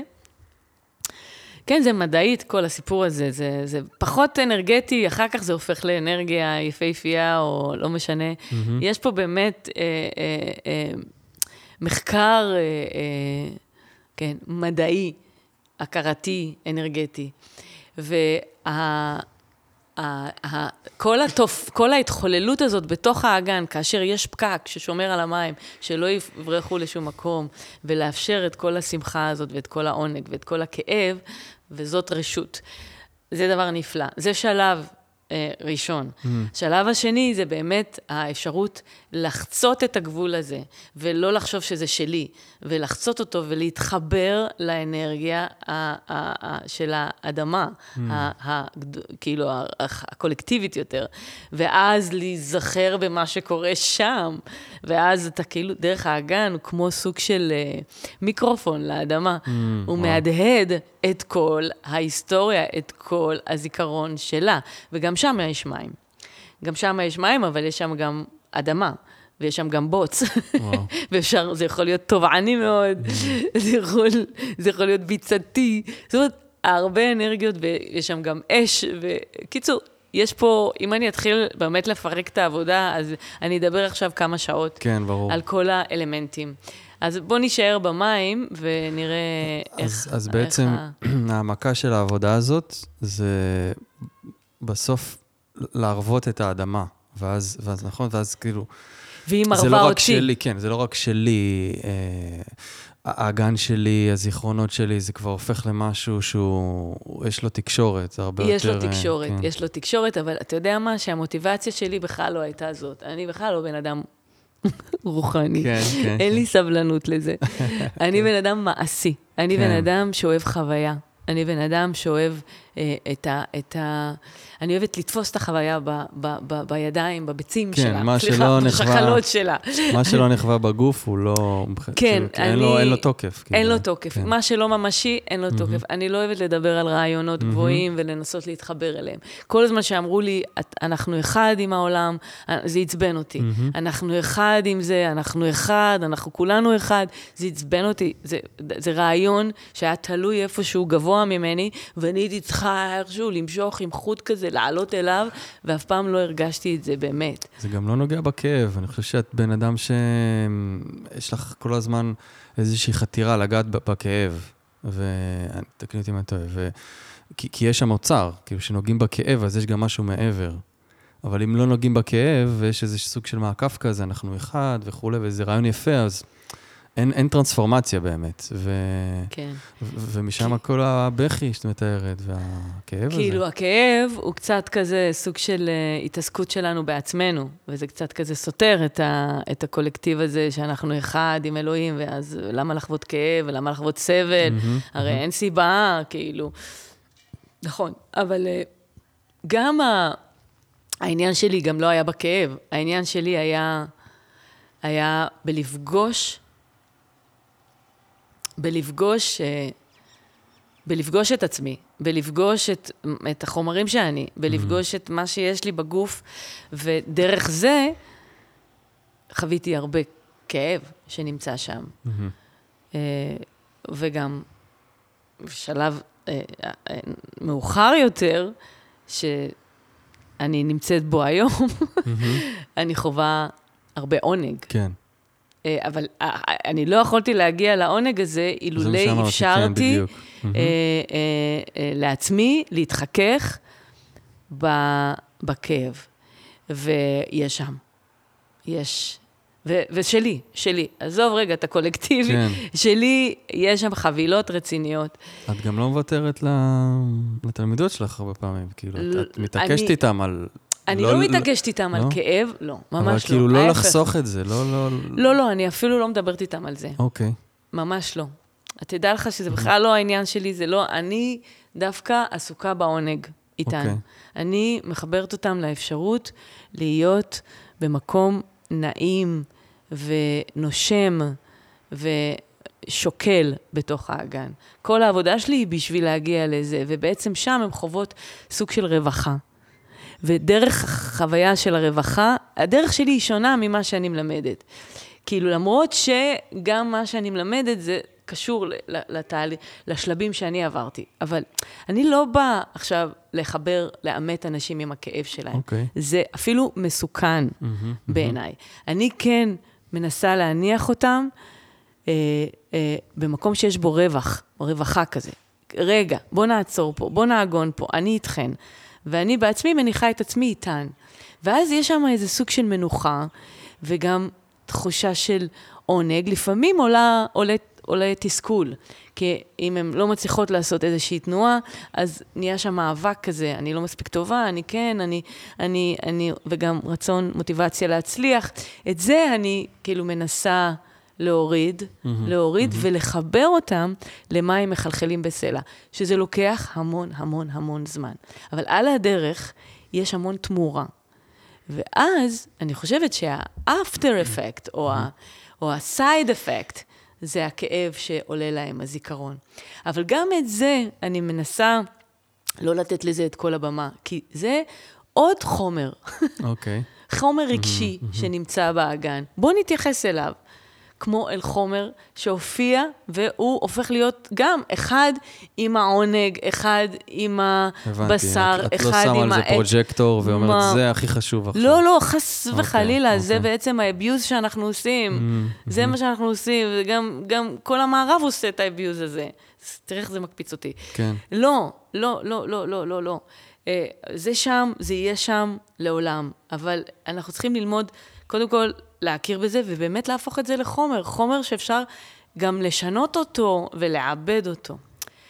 כן, זה מדעית, כל הסיפור הזה. זה, זה פחות אנרגטי, אחר כך זה הופך לאנרגיה יפהפייה, או לא משנה. Mm-hmm. יש פה באמת אה, אה, אה, מחקר אה, אה, כן, מדעי, הכרתי, אנרגטי. וה... כל, התופ, כל ההתחוללות הזאת בתוך האגן, כאשר יש פקק ששומר על המים, שלא יברחו לשום מקום, ולאפשר את כל השמחה הזאת, ואת כל העונג, ואת כל הכאב, וזאת רשות. זה דבר נפלא. זה שלב אה, ראשון. Mm. שלב השני זה באמת האפשרות לחצות את הגבול הזה, ולא לחשוב שזה שלי, ולחצות אותו ולהתחבר לאנרגיה ה- ה- ה- של האדמה, mm. ה- ה- כאילו ה- הקולקטיבית יותר, ואז להיזכר במה שקורה שם, ואז אתה כאילו, דרך האגן, הוא כמו סוג של uh, מיקרופון לאדמה, mm, הוא wow. מהדהד את כל ההיסטוריה, את כל הזיכרון שלה, וגם שם יש מים. גם שם יש מים, אבל יש שם גם אדמה, ויש שם גם בוץ, ואפשר, זה יכול להיות טובעני מאוד, זה יכול, זה יכול להיות ביצתי, זאת אומרת, הרבה אנרגיות, ויש שם גם אש, וקיצור, יש פה, אם אני אתחיל באמת לפרק את העבודה, אז אני אדבר עכשיו כמה שעות, כן, ברור. על כל האלמנטים. אז בוא נשאר במים, ונראה איך... אז, אז בעצם, העמקה של העבודה הזאת, זה בסוף להרוות את האדמה, ואז, ואז נכון, ואז כאילו... והיא מרווה אותי. זה לא רק שלי, כן, זה לא רק שלי, אה, האגן שלי, הזיכרונות שלי, זה כבר הופך למשהו שהוא, יש לו תקשורת, זה הרבה יש יותר... לו תקשורת, כן. יש לו תקשורת, אבל אתה יודע מה? שהמוטיבציה שלי בכלל לא הייתה זאת. אני בכלל לא בן אדם רוחני. כן, כן. אין לי סבלנות לזה. אני בן אדם מעשי. אני בן אדם שאוהב חוויה. אני בן אדם שאוהב את ה, את ה... אני אוהבת לתפוס את החוויה ב, ב, ב, בידיים, בביצים כן, שלה. מה סליחה, שלא בשחלות שלה. מה שלא נחווה בגוף, הוא לא... כן, כאילו, אני... אין לו, אין לו תוקף. אין כאילו. לו תוקף. כן. מה שלא ממשי, אין לו תוקף. אני לא אוהבת לדבר על רעיונות גבוהים ולנסות להתחבר אליהם. כל הזמן שאמרו לי, אנחנו אחד עם העולם, זה יצבן אותי. אנחנו אחד עם זה, אנחנו אחד, אנחנו כולנו אחד, זה יצבן אותי. זה, זה רעיון שהיה תלוי איפשהו גבוה ממני, ואני הייתי צריכה איכשהו למשוך עם חוט כזה, לעלות אליו, ואף פעם לא הרגשתי את זה באמת. זה גם לא נוגע בכאב. אני חושב שאת בן אדם שיש לך כל הזמן איזושהי חתירה לגעת בכאב, ותקני אותי מה טוב, ו... כי, כי יש שם אוצר, כאילו שנוגעים בכאב, אז יש גם משהו מעבר. אבל אם לא נוגעים בכאב, ויש איזה סוג של מעקף כזה, אנחנו אחד וכו', וזה רעיון יפה, אז אין, אין טרנספורמציה באמת. ו... כן. ו... ומשם כן. כל הבכי שאת מתארת, והכאב הזה. כאילו, הכאב הוא קצת כזה סוג של uh, התעסקות שלנו בעצמנו, וזה קצת כזה סותר את, ה... את הקולקטיב הזה, שאנחנו אחד עם אלוהים, ואז למה לחוות כאב, ולמה לחוות סבל? Mm-hmm, הרי mm-hmm. אין סיבה, כאילו... נכון, אבל uh, גם ה... העניין שלי גם לא היה בכאב, העניין שלי היה, היה בלפגוש, בלפגוש, בלפגוש את עצמי, בלפגוש את, את החומרים שאני, בלפגוש את מה שיש לי בגוף, ודרך זה חוויתי הרבה כאב שנמצא שם. וגם בשלב מאוחר יותר, שאני נמצאת בו היום, אני חווה הרבה עונג. כן. אבל אני לא יכולתי להגיע לעונג הזה, אילולי אפשרתי לעצמי להתחכך בכאב. ויש שם. יש. ושלי, שלי. עזוב רגע את הקולקטיבי. שלי, יש שם חבילות רציניות. את גם לא מוותרת לתלמידות שלך הרבה פעמים. כאילו, את מתעקשת איתם על... אני לא מתעקשת איתם על כאב, לא, ממש לא. אבל כאילו לא לחסוך את זה, לא, לא... לא, לא, אני אפילו לא מדברת איתם על זה. אוקיי. ממש לא. אתה יודע לך שזה בכלל לא העניין שלי, זה לא, אני דווקא עסוקה בעונג איתן. אני מחברת אותם לאפשרות להיות במקום נעים ונושם ושוקל בתוך האגן. כל העבודה שלי היא בשביל להגיע לזה, ובעצם שם הם חוות סוג של רווחה. ודרך החוויה של הרווחה, הדרך שלי היא שונה ממה שאני מלמדת. כאילו, למרות שגם מה שאני מלמדת זה קשור לתהליך, לשלבים שאני עברתי. אבל אני לא באה עכשיו לחבר, לאמת אנשים עם הכאב שלהם. Okay. זה אפילו מסוכן mm-hmm, בעיניי. Mm-hmm. אני כן מנסה להניח אותם אה, אה, במקום שיש בו רווח, או רווחה כזה. רגע, בוא נעצור פה, בוא נעגון פה, אני איתכן. ואני בעצמי מניחה את עצמי איתן. ואז יש שם איזה סוג של מנוחה, וגם תחושה של עונג. לפעמים עולה, עולה, עולה תסכול, כי אם הן לא מצליחות לעשות איזושהי תנועה, אז נהיה שם מאבק כזה, אני לא מספיק טובה, אני כן, אני, אני, אני, וגם רצון, מוטיבציה להצליח. את זה אני כאילו מנסה להוריד, mm-hmm, להוריד mm-hmm. ולחבר אותם למה הם מחלחלים בסלע, שזה לוקח המון, המון, המון זמן. אבל על הדרך יש המון תמורה. ואז אני חושבת שה-after effect, או, ה, או ה-side effect, זה הכאב שעולה להם, הזיכרון. אבל גם את זה אני מנסה לא לתת לזה את כל הבמה, כי זה עוד חומר. אוקיי. Okay. חומר רגשי mm-hmm, שנמצא באגן. בואו נתייחס אליו. כמו אל חומר שהופיע, והוא הופך להיות גם אחד עם העונג, אחד עם הבשר, את, אחד את לא עם... שמה על זה פרוג'קטור, ואומרת, מה... זה הכי חשוב עכשיו. לא, לא, חס okay, וחלילה, okay. זה בעצם האביוז שאנחנו עושים. Mm-hmm. זה מה שאנחנו עושים, וגם גם כל המערב עושה את האביוז הזה. תראה איך זה מקפיץ אותי. כן. לא, לא, לא, לא, לא, לא, לא. זה שם, זה יהיה שם לעולם. אבל אנחנו צריכים ללמוד, קודם כל, להכיר בזה, ובאמת להפוך את זה לחומר, חומר שאפשר גם לשנות אותו ולעבד אותו.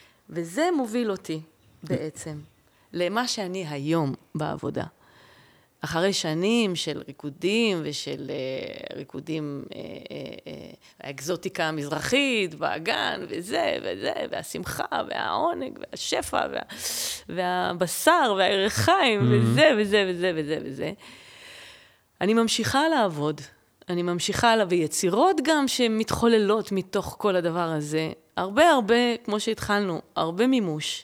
וזה מוביל אותי בעצם למה שאני היום בעבודה. אחרי שנים של ריקודים ושל uh, ריקודים, uh, uh, uh, האקזוטיקה המזרחית, באגן, וזה, וזה, והשמחה, והעונג, והשפע, וה, והבשר, והירחיים, mm-hmm. וזה, וזה, וזה, וזה, וזה. אני ממשיכה לעבוד. אני ממשיכה לה, ויצירות גם שמתחוללות מתוך כל הדבר הזה. הרבה, הרבה, כמו שהתחלנו, הרבה מימוש.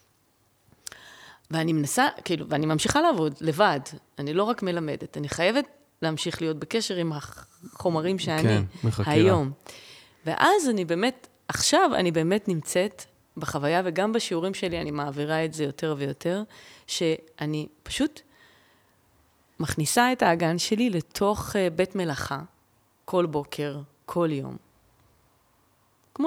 ואני מנסה, כאילו, ואני ממשיכה לעבוד לבד. אני לא רק מלמדת, אני חייבת להמשיך להיות בקשר עם החומרים שאני כן, מחקירה. היום. ואז אני באמת, עכשיו אני באמת נמצאת בחוויה, וגם בשיעורים שלי אני מעבירה את זה יותר ויותר, שאני פשוט מכניסה את האגן שלי לתוך בית מלאכה, כל בוקר, כל יום. כמו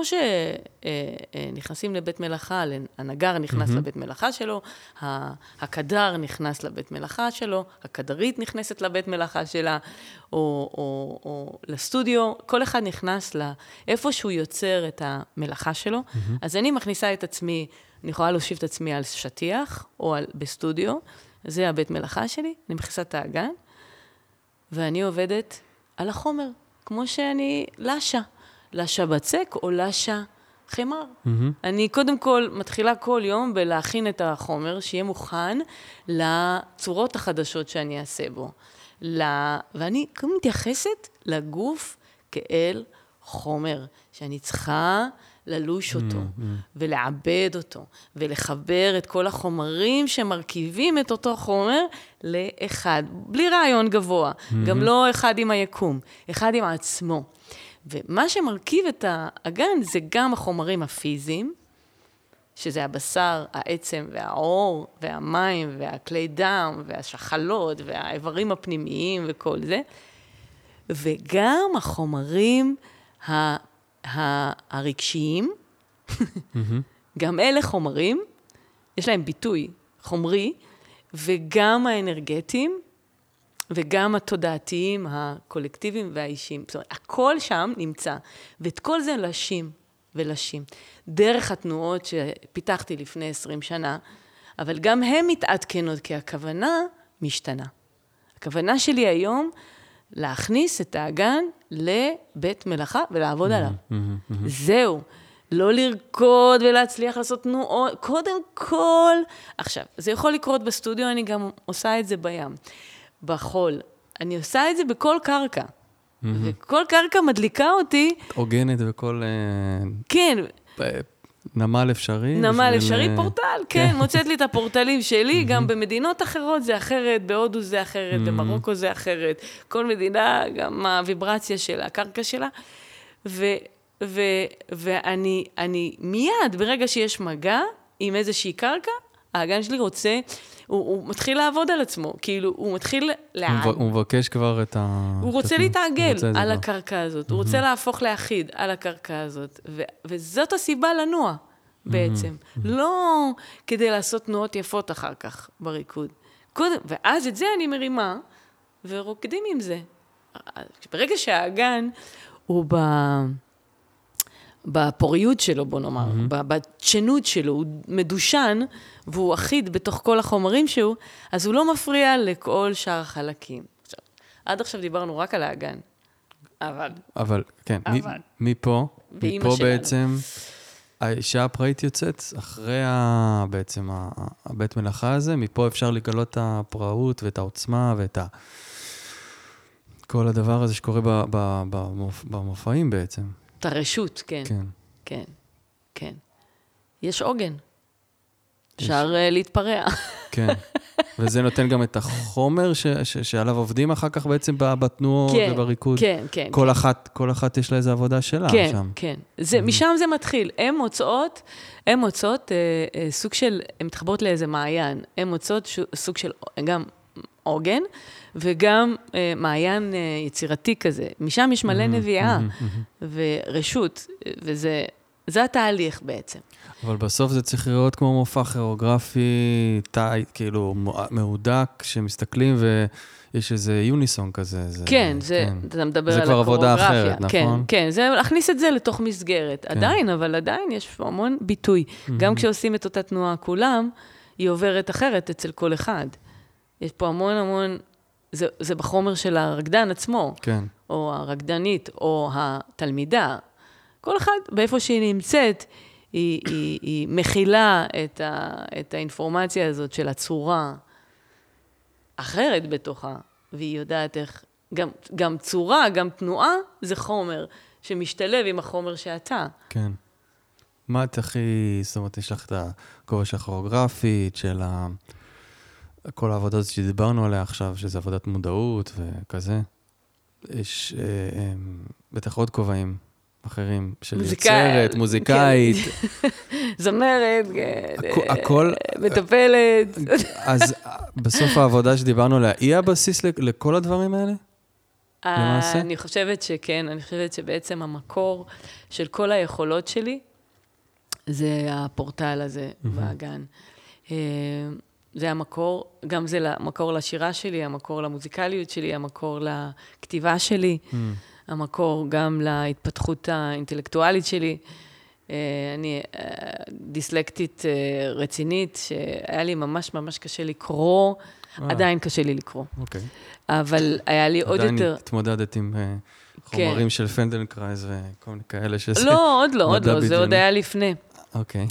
שנכנסים לבית מלאכה, הנגר נכנס mm-hmm. לבית מלאכה שלו, הקדר נכנס לבית מלאכה שלו, הקדרית נכנסת לבית מלאכה שלה, או, או, או לסטודיו, כל אחד נכנס לאיפה שהוא יוצר את המלאכה שלו. Mm-hmm. אז אני מכניסה את עצמי, אני יכולה להושיב את עצמי על שטיח, או על, בסטודיו, זה הבית מלאכה שלי, אני מכניסה את האגן, ואני עובדת על החומר, כמו שאני לשה. לשה בצק או לשה חמר. Mm-hmm. אני קודם כל מתחילה כל יום בלהכין את החומר, שיהיה מוכן לצורות החדשות שאני אעשה בו. לה... ואני כמו מתייחסת לגוף כאל חומר, שאני צריכה ללוש אותו, mm-hmm. ולעבד אותו, ולחבר את כל החומרים שמרכיבים את אותו חומר לאחד, בלי רעיון גבוה, mm-hmm. גם לא אחד עם היקום, אחד עם עצמו. ומה שמרכיב את האגן זה גם החומרים הפיזיים, שזה הבשר, העצם והאור, והמים, והכלי דם, והשחלות, והאיברים הפנימיים וכל זה, וגם החומרים ה- ה- הרגשיים, גם אלה חומרים, יש להם ביטוי חומרי, וגם האנרגטיים, וגם התודעתיים, הקולקטיביים והאישיים. זאת אומרת, הכל שם נמצא, ואת כל זה לשים ולשים. דרך התנועות שפיתחתי לפני עשרים שנה, אבל גם הן מתעדכנות, כי הכוונה משתנה. הכוונה שלי היום, להכניס את האגן לבית מלאכה ולעבוד עליו. זהו. לא לרקוד ולהצליח לעשות תנועות, קודם כל. עכשיו, זה יכול לקרות בסטודיו, אני גם עושה את זה בים. בחול. אני עושה את זה בכל קרקע. Mm-hmm. וכל קרקע מדליקה אותי. עוגנת וכל... כן. נמל אפשרי. נמל אפשרי, פורטל, כן. מוצאת לי את הפורטלים שלי, mm-hmm. גם במדינות אחרות זה אחרת, בהודו זה אחרת, mm-hmm. במרוקו זה אחרת. כל מדינה, גם הוויברציה שלה, הקרקע שלה. ו... ו... ואני אני מיד, ברגע שיש מגע עם איזושהי קרקע, האגן שלי רוצה... הוא, הוא מתחיל לעבוד על עצמו, כאילו, הוא מתחיל לעד. הוא, הוא מבקש כבר את ה... הוא רוצה להתעגל על הקרקע הזאת, הוא רוצה להפוך לאחיד על הקרקע הזאת, ו, וזאת הסיבה לנוע, בעצם. לא כדי לעשות תנועות יפות אחר כך, בריקוד. קודם, ואז את זה אני מרימה, ורוקדים עם זה. ברגע שהאגן הוא ב... בפוריות שלו, בוא נאמר, mm-hmm. בתשנות שלו, הוא מדושן, והוא אחיד בתוך כל החומרים שהוא, אז הוא לא מפריע לכל שאר החלקים. עכשיו, עד עכשיו דיברנו רק על האגן, אבל... אבל, כן, אבל. מ, מפה, מפה שלנו. בעצם, האישה הפראית יוצאת, אחרי ה, בעצם הבית מלאכה הזה, מפה אפשר לגלות את הפראות ואת העוצמה ואת ה... כל הדבר הזה שקורה ב, ב, במופ, במופעים בעצם. את הרשות, כן. כן. כן, כן. יש עוגן. אפשר יש... להתפרע. כן. וזה נותן גם את החומר ש- ש- שעליו עובדים אחר כך בעצם בתנועות כן, ובריקוד. כן, כן. כל, כן. אחת, כל אחת יש לה איזו עבודה שלה כן, שם. כן, כן. זה, משם זה מתחיל. הן מוצאות, הן מוצאות אה, אה, סוג של, הן מתחברות לאיזה מעיין. הן מוצאות ש- סוג של, גם עוגן, וגם אה, מעיין אה, יצירתי כזה. משם יש מלא נביאה ורשות, וזה זה התהליך בעצם. אבל בסוף זה צריך לראות כמו מופע כירוגרפי, תאי, כאילו מהודק, שמסתכלים ויש איזה יוניסון כזה. זה, כן, זה, כן. אתה מדבר זה על כבר עבודה אחרת, כן, נכון? כן, זה להכניס את זה לתוך מסגרת. כן. עדיין, אבל עדיין יש המון ביטוי. גם כשעושים את אותה תנועה כולם, היא עוברת אחרת אצל כל אחד. יש פה המון המון זה, זה בחומר של הרקדן עצמו, כן. או הרקדנית, או התלמידה. כל אחד, באיפה שהיא נמצאת, היא, היא, היא מכילה את, ה, את האינפורמציה הזאת של הצורה אחרת בתוכה, והיא יודעת איך, גם, גם צורה, גם תנועה, זה חומר שמשתלב עם החומר שאתה. כן. מה את הכי, זאת אומרת, יש לך את הכובע של הכוריאוגרפית, של ה... כל העבודה הזאת שדיברנו עליה עכשיו, שזה עבודת מודעות וכזה. יש אה, אה, בטח עוד כובעים אחרים, של יוצרת, מוזיקאית. זמרת, הכל... מטפלת. אז בסוף העבודה שדיברנו עליה, היא הבסיס לכל הדברים האלה? למעשה? אני חושבת שכן, אני חושבת שבעצם המקור של כל היכולות שלי, זה הפורטל הזה באגן. זה המקור, גם זה המקור לשירה שלי, המקור למוזיקליות שלי, המקור לכתיבה שלי, המקור גם להתפתחות האינטלקטואלית שלי. אני דיסלקטית רצינית, שהיה לי ממש ממש קשה לקרוא, עדיין קשה לי לקרוא. אוקיי. אבל היה לי עוד יותר... עדיין התמודדת עם חומרים של פנדלקרייז וכל מיני כאלה שזה... לא, עוד לא, עוד לא, זה עוד היה לפני. אוקיי.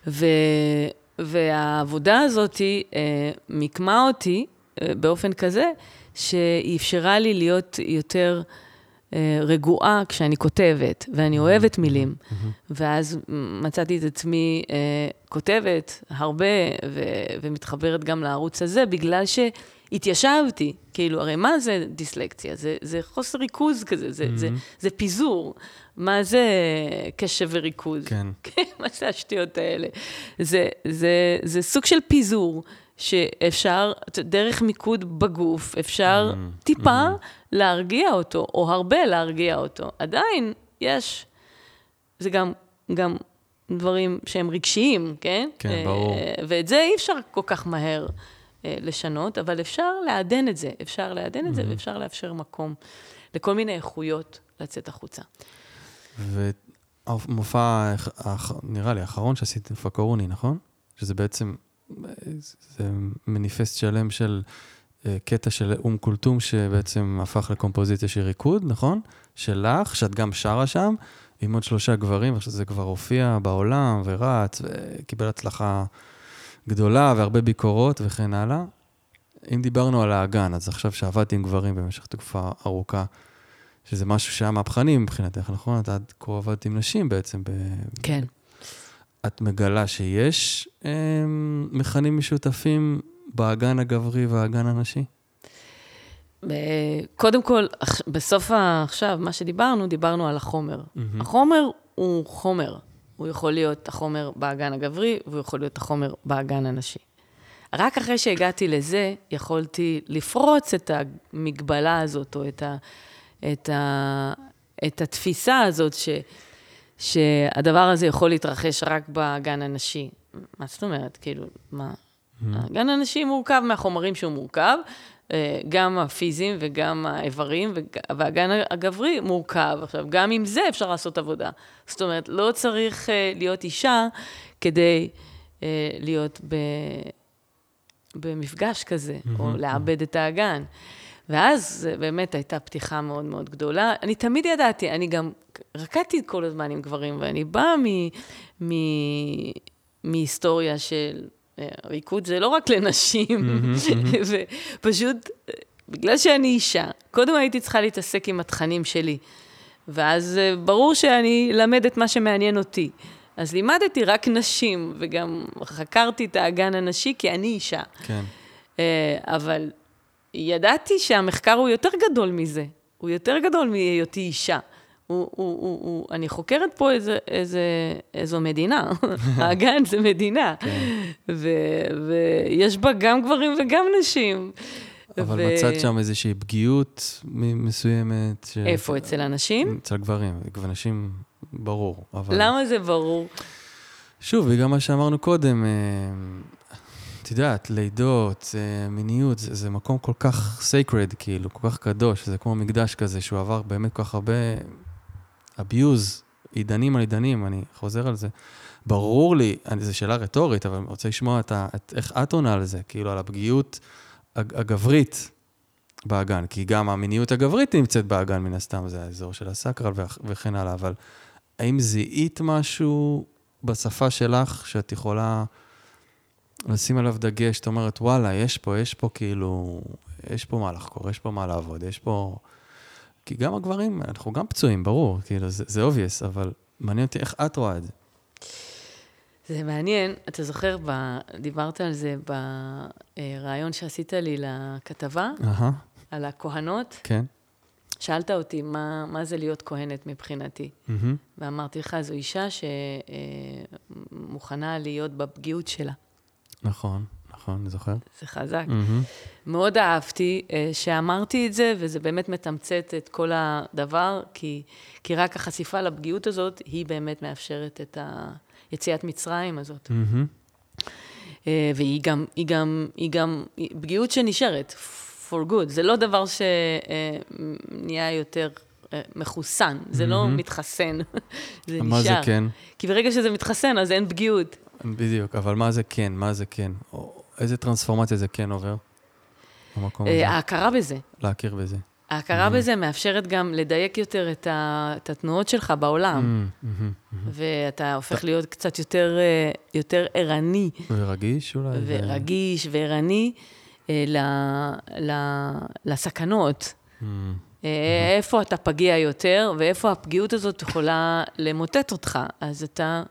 והעבודה הזאת מיקמה אותי באופן כזה, שהיא אפשרה לי להיות יותר רגועה כשאני כותבת, ואני אוהבת מילים. ואז מצאתי את עצמי כותבת הרבה, ומתחברת גם לערוץ הזה, בגלל שהתיישבתי. כאילו, הרי מה זה דיסלקציה? זה, זה חוסר ריכוז כזה, זה, זה, זה פיזור. מה זה קשב וריכוז? כן. מה זה השטויות האלה? זה, זה, זה סוג של פיזור, שאפשר, דרך מיקוד בגוף, אפשר mm-hmm. טיפה mm-hmm. להרגיע אותו, או הרבה להרגיע אותו. עדיין יש, זה גם, גם דברים שהם רגשיים, כן? כן, ברור. ואת זה אי אפשר כל כך מהר לשנות, אבל אפשר לעדן את זה, אפשר לעדן את mm-hmm. זה, ואפשר לאפשר מקום לכל מיני איכויות לצאת החוצה. והמופע, נראה לי, האחרון שעשיתי פקורוני, נכון? שזה בעצם... זה מניפסט שלם של קטע של אום קולטום, שבעצם הפך לקומפוזיציה של ריקוד, נכון? שלך, שאת גם שרה שם, עם עוד שלושה גברים, ועכשיו זה כבר הופיע בעולם, ורץ, וקיבל הצלחה גדולה, והרבה ביקורות וכן הלאה. אם דיברנו על האגן, אז עכשיו שעבדתי עם גברים במשך תקופה ארוכה, שזה משהו שהיה מהפכני מבחינתך, נכון? את עד כה עבדתי עם נשים בעצם. כן. את מגלה שיש אה, מכנים משותפים באגן הגברי והאגן הנשי? קודם כל, בסוף עכשיו, מה שדיברנו, דיברנו על החומר. Mm-hmm. החומר הוא חומר. הוא יכול להיות החומר באגן הגברי, והוא יכול להיות החומר באגן הנשי. רק אחרי שהגעתי לזה, יכולתי לפרוץ את המגבלה הזאת, או את, ה, את, ה, את התפיסה הזאת ש... שהדבר הזה יכול להתרחש רק בגן הנשי. מה זאת אומרת? כאילו, מה? הגן הנשי מורכב מהחומרים שהוא מורכב, גם הפיזיים וגם האיברים, והגן הגברי מורכב. עכשיו, גם עם זה אפשר לעשות עבודה. זאת אומרת, לא צריך להיות אישה כדי להיות במפגש כזה, או לאבד את האגן. ואז באמת הייתה פתיחה מאוד מאוד גדולה. אני תמיד ידעתי, אני גם רקדתי כל הזמן עם גברים, ואני באה מהיסטוריה של ריקוד, זה לא רק לנשים, ופשוט, בגלל שאני אישה, קודם הייתי צריכה להתעסק עם התכנים שלי, ואז ברור שאני למד את מה שמעניין אותי. אז לימדתי רק נשים, וגם חקרתי את האגן הנשי, כי אני אישה. כן. אבל... ידעתי שהמחקר הוא יותר גדול מזה, הוא יותר גדול מהיותי אישה. הוא, הוא, הוא, הוא, אני חוקרת פה איזה, איזה, איזו מדינה, האגן זה מדינה, ו, ויש בה גם גברים וגם נשים. אבל ו... מצאת שם איזושהי פגיעות מסוימת. ש... איפה, אצל אנשים? אצל גברים, ונשים ברור. אבל... למה זה ברור? שוב, בגלל מה שאמרנו קודם, את יודעת, לידות, מיניות, זה, זה מקום כל כך sacred, כאילו, כל כך קדוש, זה כמו מקדש כזה, שהוא עבר באמת כל כך הרבה abuse, עידנים על עידנים, אני חוזר על זה. ברור לי, זו שאלה רטורית, אבל אני רוצה לשמוע את, את, איך את עונה על זה, כאילו, על הפגיעות הגברית, באגן, כי גם המיניות הגברית נמצאת באגן מן הסתם, זה האזור של הסקרל וכן הלאה, אבל האם זיהית משהו בשפה שלך שאת יכולה לשים עליו דגש, את אומרת, וואלה, יש פה, יש פה כאילו, יש פה מה לחקור, יש פה מה לעבוד, יש פה... כי גם הגברים, אנחנו גם פצועים, ברור, כאילו, זה, זה obvious, אבל מעניין אותי איך את רואה את זה. זה מעניין, אתה זוכר, ב... דיברת על זה ברעיון שעשית לי לכתבה, uh-huh. על הכהנות. כן. שאלת אותי מה, מה זה להיות כהנת מבחינתי. Mm-hmm. ואמרתי לך, זו אישה שמוכנה להיות בפגיעות שלה. נכון, נכון, אני זוכר. זה חזק. Mm-hmm. מאוד אהבתי שאמרתי את זה, וזה באמת מתמצת את כל הדבר, כי, כי רק החשיפה לפגיעות הזאת, היא באמת מאפשרת את היציאת מצרים הזאת. Mm-hmm. והיא גם, היא גם, היא גם, פגיעות שנשארת, for good. זה לא דבר שנהיה יותר מחוסן, זה לא מתחסן, זה נשאר. מה זה כן? כי ברגע שזה מתחסן, אז אין פגיעות. בדיוק, אבל מה זה כן? מה זה כן? איזה טרנספורמציה זה כן עובר? במקום הזה? ההכרה בזה. להכיר בזה. ההכרה בזה מאפשרת גם לדייק יותר את, ה, את התנועות שלך בעולם. ואתה הופך להיות קצת יותר, יותר ערני. ורגיש אולי? ורגיש וערני ל, ל, לסכנות. איפה אתה פגיע יותר, ואיפה הפגיעות הזאת יכולה למוטט אותך. אז אתה,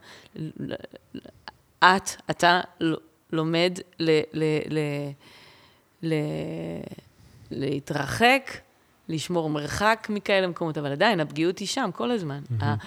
את, אתה לומד ל, ל, ל, ל, להתרחק, לשמור מרחק מכאלה מקומות, אבל עדיין הפגיעות היא שם כל הזמן.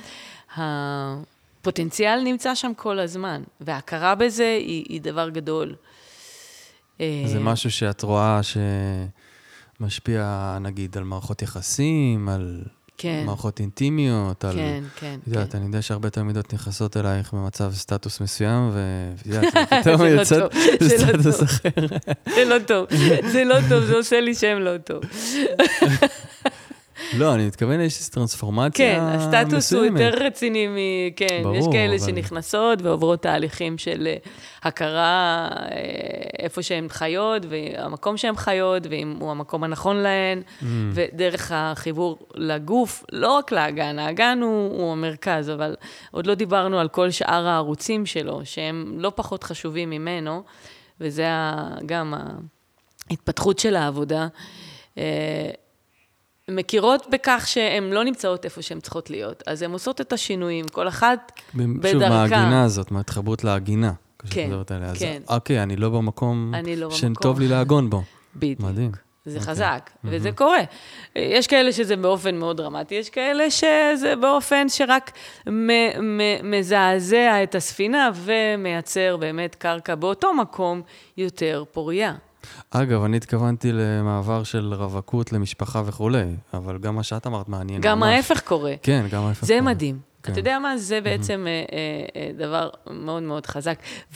הפוטנציאל נמצא שם כל הזמן, וההכרה בזה היא, היא דבר גדול. זה משהו שאת רואה שמשפיע, נגיד, על מערכות יחסים, על כן. מערכות אינטימיות, על... כן, כן. יודעת, כן. אני יודע שהרבה תלמידות נכנסות אלייך במצב סטטוס מסוים, ויודעת, פתאום יוצאת בסטטוס אחר. זה לא טוב, זה לא טוב, זה עושה לי שם לא טוב. לא, אני מתכוון, יש איזו טרנספורמציה מסוימת. כן, הסטטוס הוא יותר רציני מ... כן, יש כאלה שנכנסות ועוברות תהליכים של הכרה איפה שהן חיות, והמקום שהן חיות, ואם הוא המקום הנכון להן, ודרך החיבור לגוף, לא רק לאגן, האגן הוא המרכז, אבל עוד לא דיברנו על כל שאר הערוצים שלו, שהם לא פחות חשובים ממנו, וזה גם ההתפתחות של העבודה. מכירות בכך שהן לא נמצאות איפה שהן צריכות להיות. אז הן עושות את השינויים, כל אחת בדרכה. שוב, מהגינה הזאת, מהתחברות להגינה. כן, כן. אוקיי, אני לא במקום לא שטוב לי להגון בו. בדיוק. מדהים. זה חזק, וזה קורה. יש כאלה שזה באופן מאוד דרמטי, יש כאלה שזה באופן שרק מזעזע את הספינה, ומייצר באמת קרקע באותו מקום יותר פוריה. אגב, אני התכוונתי למעבר של רווקות למשפחה וכולי, אבל גם מה שאת אמרת מעניין. גם ההפך קורה. כן, גם ההפך קורה. זה מדהים. אתה יודע מה? זה בעצם דבר מאוד מאוד חזק.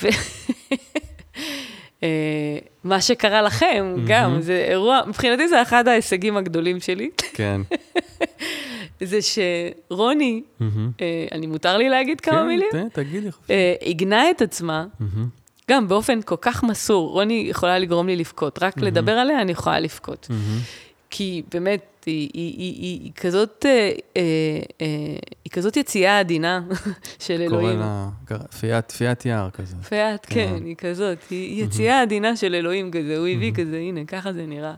מה שקרה לכם, גם, זה אירוע, מבחינתי זה אחד ההישגים הגדולים שלי. כן. זה שרוני, אני מותר לי להגיד כמה מילים? כן, תגידי. הגנה את עצמה, גם באופן כל כך מסור, רוני יכולה לגרום לי לפקוט, רק לדבר עליה אני יכולה לפקוט. כי באמת, היא, היא, היא, היא כזאת, אה, אה, היא כזאת יציאה עדינה של אלוהים. קורא לה, פיית, פיית יער כזה. פיית, כן, היא כזאת. היא יציאה עדינה של אלוהים כזה, הוא הביא כזה, הנה, ככה זה נראה.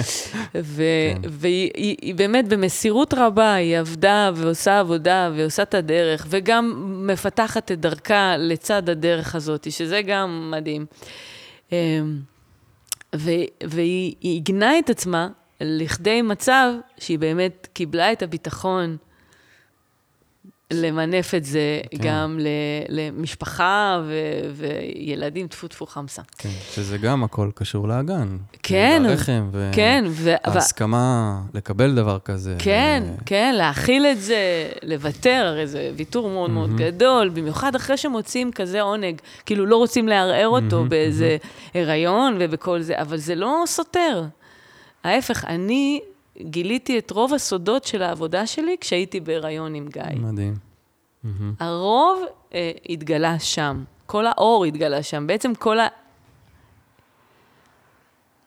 והיא באמת במסירות רבה, היא עבדה ועושה עבודה ועושה את הדרך, וגם מפתחת את דרכה לצד הדרך הזאת, שזה גם מדהים. והיא הגנה את עצמה, לכדי מצב שהיא באמת קיבלה את הביטחון למנף את זה כן. גם למשפחה ו- וילדים תפו תפו חמסה. כן, שזה גם הכל קשור לאגן. כן. הרחם כן, וההסכמה ו- לקבל דבר כזה. כן, ו- כן, להכיל את זה, לוותר, הרי זה ויתור מאוד מאוד גדול, במיוחד אחרי שמוצאים כזה עונג, כאילו לא רוצים לערער אותו באיזה הריון ובכל זה, אבל זה לא סותר. ההפך, אני גיליתי את רוב הסודות של העבודה שלי כשהייתי בהיריון עם גיא. מדהים. הרוב אה, התגלה שם. כל האור התגלה שם. בעצם כל ה...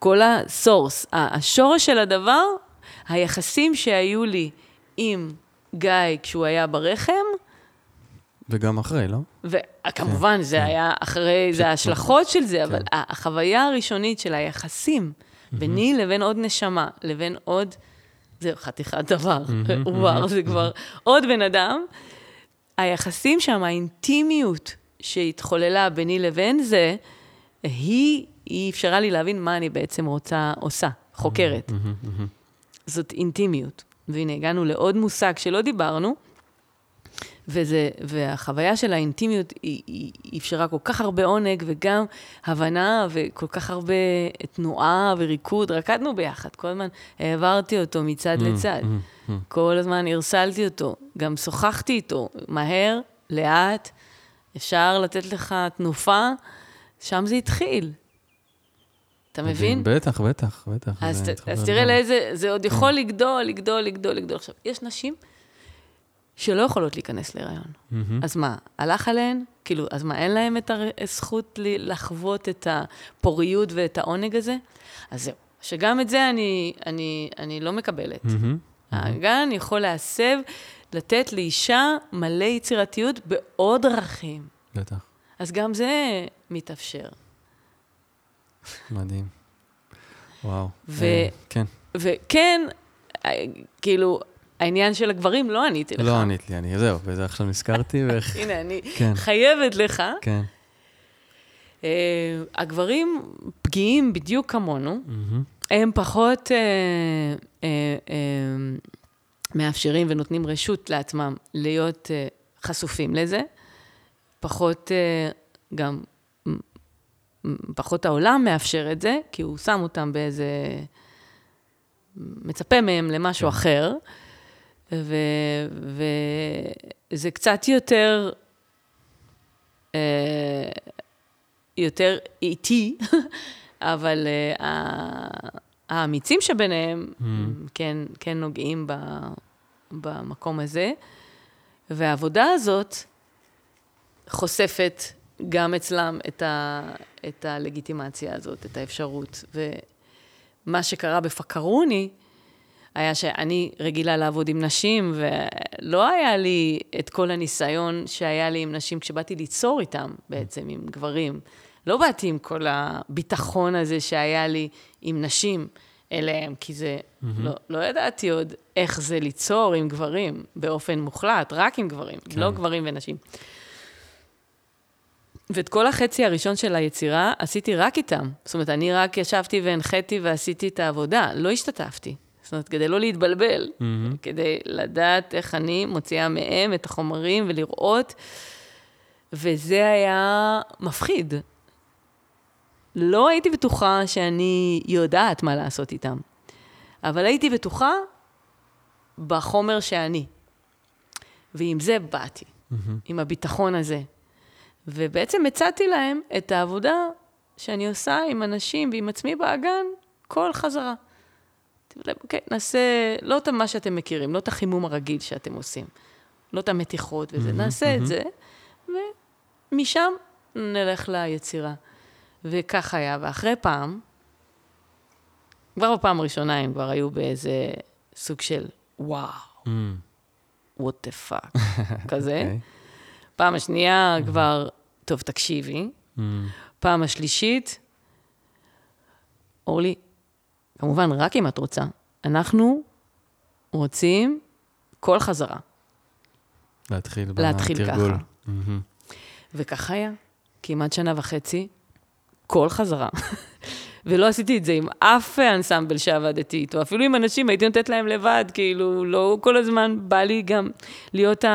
כל הסורס, השורש של הדבר, היחסים שהיו לי עם גיא כשהוא היה ברחם, וגם אחרי, לא? וכמובן, זה היה אחרי, זה ההשלכות של זה, אבל החוויה הראשונית של היחסים, ביני לבין עוד נשמה, לבין עוד, זה חתיכת דבר, וואו, זה כבר עוד בן אדם, היחסים שם, האינטימיות שהתחוללה ביני לבין זה, היא, היא אפשרה לי להבין מה אני בעצם רוצה, עושה, חוקרת. זאת אינטימיות. והנה, הגענו לעוד מושג שלא דיברנו, וזה, והחוויה של האינטימיות היא, היא, היא אפשרה כל כך הרבה עונג, וגם הבנה וכל כך הרבה תנועה וריקוד. רקדנו ביחד, כל הזמן העברתי אותו מצד לצד. כל הזמן הרסלתי אותו, גם שוחחתי איתו, מהר, לאט, אפשר לתת לך תנופה, שם זה התחיל. אתה מבין? בטח, בטח, בטח. אז, ת, אז תראה לאיזה, זה עוד יכול לגדול, לגדול, לגדול, לגדול. עכשיו, יש נשים שלא יכולות להיכנס להיריון. Mm-hmm. אז מה, הלך עליהן? כאילו, אז מה, אין להם את הזכות לחוות את הפוריות ואת העונג הזה? אז זהו, שגם את זה אני, אני, אני לא מקבלת. Mm-hmm. האגן יכול להסב, לתת לאישה מלא יצירתיות בעוד דרכים. בטח. אז גם זה מתאפשר. מדהים. וואו. ו- כן. וכן, כאילו, העניין של הגברים לא עניתי לך. לא ענית לי, אני זהו, וזה עכשיו נזכרתי. הנה, אני חייבת לך. כן. הגברים פגיעים בדיוק כמונו, הם פחות מאפשרים ונותנים רשות לעצמם להיות חשופים לזה, פחות גם, פחות העולם מאפשר את זה, כי הוא שם אותם באיזה, מצפה מהם למשהו אחר, וזה קצת יותר, יותר איטי, אבל האמיצים שביניהם כן, כן נוגעים במקום הזה, והעבודה הזאת חושפת גם אצלם את, ה, את הלגיטימציה הזאת, את האפשרות. ומה שקרה בפקרוני, היה שאני רגילה לעבוד עם נשים, ולא היה לי את כל הניסיון שהיה לי עם נשים, כשבאתי ליצור איתם בעצם, עם גברים. לא באתי עם כל הביטחון הזה שהיה לי עם נשים אליהם, כי זה, mm-hmm. לא, לא ידעתי עוד איך זה ליצור עם גברים, באופן מוחלט, רק עם גברים, כן. לא גברים ונשים. ואת כל החצי הראשון של היצירה עשיתי רק איתם. זאת אומרת, אני רק ישבתי והנחיתי ועשיתי את העבודה, לא השתתפתי. זאת אומרת, כדי לא להתבלבל, mm-hmm. כדי לדעת איך אני מוציאה מהם את החומרים ולראות, וזה היה מפחיד. לא הייתי בטוחה שאני יודעת מה לעשות איתם, אבל הייתי בטוחה בחומר שאני. ועם זה באתי, mm-hmm. עם הביטחון הזה. ובעצם הצעתי להם את העבודה שאני עושה עם אנשים ועם עצמי באגן כל חזרה. אוקיי, נעשה, לא את מה שאתם מכירים, לא את החימום הרגיל שאתם עושים, לא את המתיחות וזה, mm-hmm, נעשה mm-hmm. את זה, ומשם נלך ליצירה. וכך היה, ואחרי פעם, כבר בפעם הראשונה הם כבר היו באיזה סוג של וואו, mm. what the fuck, כזה. Okay. פעם השנייה mm-hmm. כבר, טוב, תקשיבי. Mm. פעם השלישית, אורלי, כמובן, רק אם את רוצה, אנחנו רוצים כל חזרה. להתחיל להתחיל בתרגול. ככה. Mm-hmm. וככה היה, כמעט שנה וחצי, כל חזרה. ולא עשיתי את זה עם אף אנסמבל שעבדתי איתו, אפילו עם אנשים הייתי נותנת להם לבד, כאילו לא כל הזמן בא לי גם להיות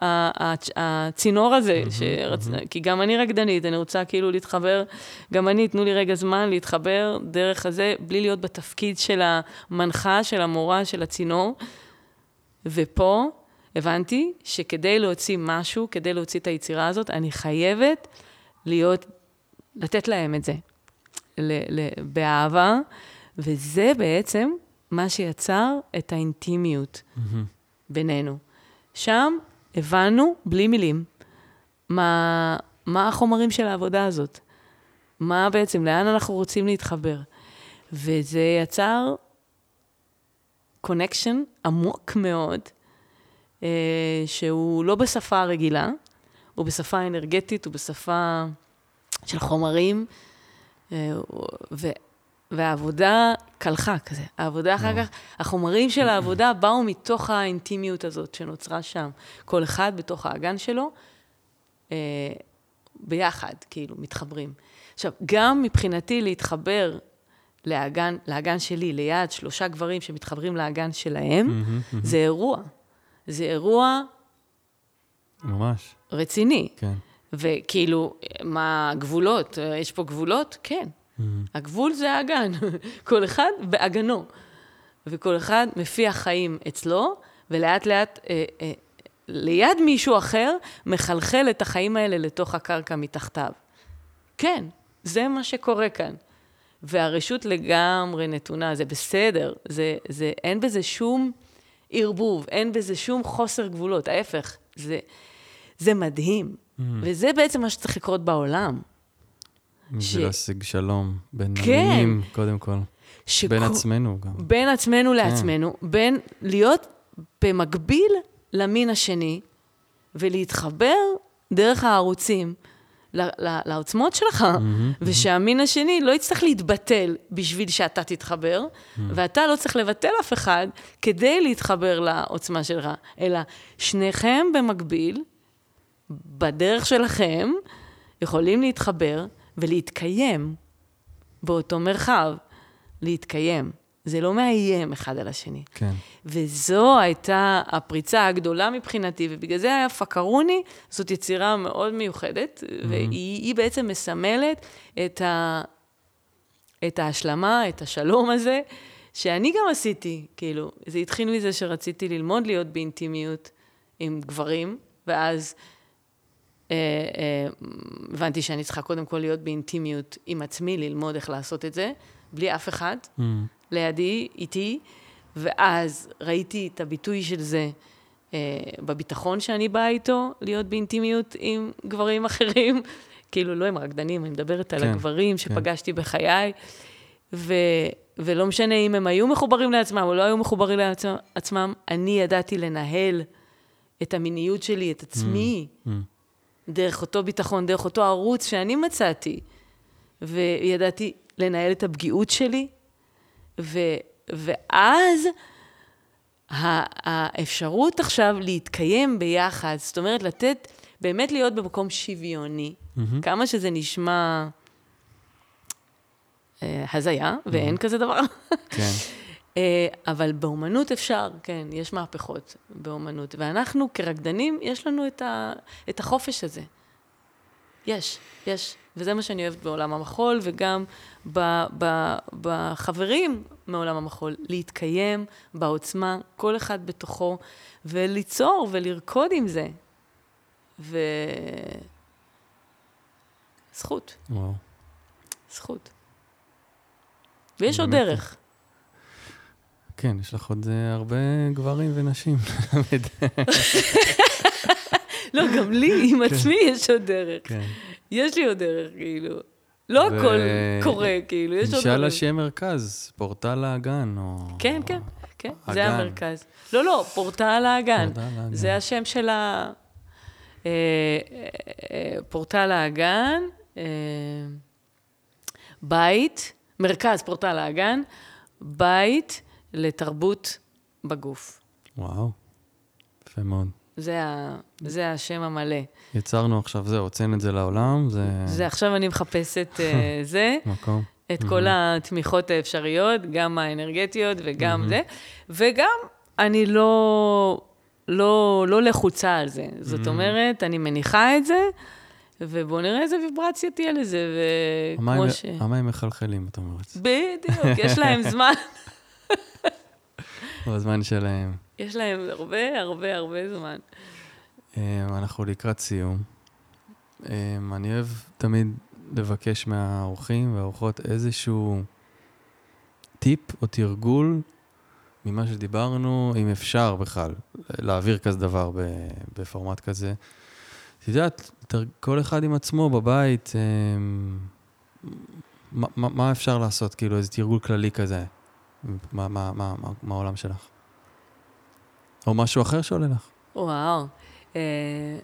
הצינור הזה, כי גם אני רקדנית, אני רוצה כאילו להתחבר, גם אני, תנו לי רגע זמן להתחבר דרך הזה, בלי להיות בתפקיד של המנחה, של המורה, של הצינור, ופה הבנתי שכדי להוציא משהו, כדי להוציא את היצירה הזאת, אני חייבת להיות, לתת להם את זה. ל- ל- באהבה, וזה בעצם מה שיצר את האינטימיות mm-hmm. בינינו. שם הבנו, בלי מילים, מה, מה החומרים של העבודה הזאת. מה בעצם, לאן אנחנו רוצים להתחבר. וזה יצר קונקשן עמוק מאוד, אה, שהוא לא בשפה הרגילה, הוא בשפה אנרגטית, הוא בשפה של חומרים, אה, ו... והעבודה קלחה כזה. העבודה אחר כך, החומרים של העבודה באו מתוך האינטימיות הזאת שנוצרה שם. כל אחד בתוך האגן שלו, אה, ביחד, כאילו, מתחברים. עכשיו, גם מבחינתי להתחבר לאגן, לאגן שלי, ליד שלושה גברים שמתחברים לאגן שלהם, mm-hmm, mm-hmm. זה אירוע. זה אירוע... ממש. רציני. כן. וכאילו, מה הגבולות? יש פה גבולות? כן. Mm-hmm. הגבול זה האגן. כל אחד באגנו. וכל אחד מפיח חיים אצלו, ולאט לאט, אה, אה, ליד מישהו אחר, מחלחל את החיים האלה לתוך הקרקע מתחתיו. כן, זה מה שקורה כאן. והרשות לגמרי נתונה, זה בסדר, זה, זה, אין בזה שום ערבוב, אין בזה שום חוסר גבולות, ההפך, זה, זה מדהים. Mm. וזה בעצם מה שצריך לקרות בעולם. ש... ולהשיג שלום בין כן. המינים, קודם כל. שכו... בין עצמנו גם. בין עצמנו כן. לעצמנו, בין להיות במקביל למין השני, ולהתחבר דרך הערוצים, לעוצמות שלך, ושהמין השני לא יצטרך להתבטל בשביל שאתה תתחבר, ואתה לא צריך לבטל אף אחד כדי להתחבר לעוצמה שלך, אלא שניכם במקביל, בדרך שלכם, יכולים להתחבר ולהתקיים באותו מרחב, להתקיים. זה לא מאיים אחד על השני. כן. וזו הייתה הפריצה הגדולה מבחינתי, ובגלל זה היה פקרוני, זאת יצירה מאוד מיוחדת, mm-hmm. והיא בעצם מסמלת את, ה, את ההשלמה, את השלום הזה, שאני גם עשיתי, כאילו, זה התחיל מזה שרציתי ללמוד להיות באינטימיות עם גברים, ואז אה, אה, הבנתי שאני צריכה קודם כל להיות באינטימיות עם עצמי, ללמוד איך לעשות את זה, בלי אף אחד. Mm-hmm. לידי, איתי, ואז ראיתי את הביטוי של זה אה, בביטחון שאני באה איתו, להיות באינטימיות עם גברים אחרים, כאילו לא עם רקדנים, אני מדברת כן, על הגברים שפגשתי כן. בחיי, ו, ולא משנה אם הם היו מחוברים לעצמם או לא היו מחוברים לעצמם, אני ידעתי לנהל את המיניות שלי, את עצמי, mm, mm. דרך אותו ביטחון, דרך אותו ערוץ שאני מצאתי, וידעתי לנהל את הפגיעות שלי, ו, ואז האפשרות עכשיו להתקיים ביחד, זאת אומרת, לתת, באמת להיות במקום שוויוני, mm-hmm. כמה שזה נשמע אה, הזיה, mm-hmm. ואין כזה דבר. כן. אה, אבל באומנות אפשר, כן, יש מהפכות באומנות, ואנחנו כרקדנים, יש לנו את, ה, את החופש הזה. יש, יש. וזה מה שאני אוהבת בעולם המחול, וגם ב, ב, בחברים מעולם המחול, להתקיים בעוצמה, כל אחד בתוכו, וליצור ולרקוד עם זה. ו... זכות. וואו. זכות. ויש עוד דרך. כן, יש לך עוד הרבה גברים ונשים. לא, גם לי, עם עצמי יש עוד דרך. כן. יש לי עוד דרך, כאילו. לא הכל קורה, כאילו, יש עוד דרך. נשאלה שיהיה מרכז, פורטל האגן, או... כן, כן, כן, זה המרכז. לא, לא, פורטל האגן. זה השם של ה... פורטל האגן, בית, מרכז פורטל האגן, בית לתרבות בגוף. וואו, יפה מאוד. זה, ה, זה השם המלא. יצרנו עכשיו, זה, הוצאנו את זה לעולם, זה... זה עכשיו אני מחפשת uh, זה, מקום. את mm-hmm. כל התמיכות האפשריות, גם האנרגטיות וגם mm-hmm. זה, וגם אני לא, לא, לא לחוצה על זה. זאת mm-hmm. אומרת, אני מניחה את זה, ובואו נראה איזה ויברציה תהיה לזה, וכמו ש... המים מחלחלים, את אומרת. בדיוק, יש להם זמן. בזמן שלהם. יש להם הרבה, הרבה, הרבה זמן. אנחנו לקראת סיום. אני אוהב תמיד לבקש מהאורחים והאורחות איזשהו טיפ או תרגול ממה שדיברנו, אם אפשר בכלל, להעביר כזה דבר בפורמט כזה. את יודעת, כל אחד עם עצמו בבית, מה, מה, מה אפשר לעשות? כאילו, איזה תרגול כללי כזה? מה, מה, מה, מה, מה העולם שלך? או משהו אחר שעולה לך? וואו. אה,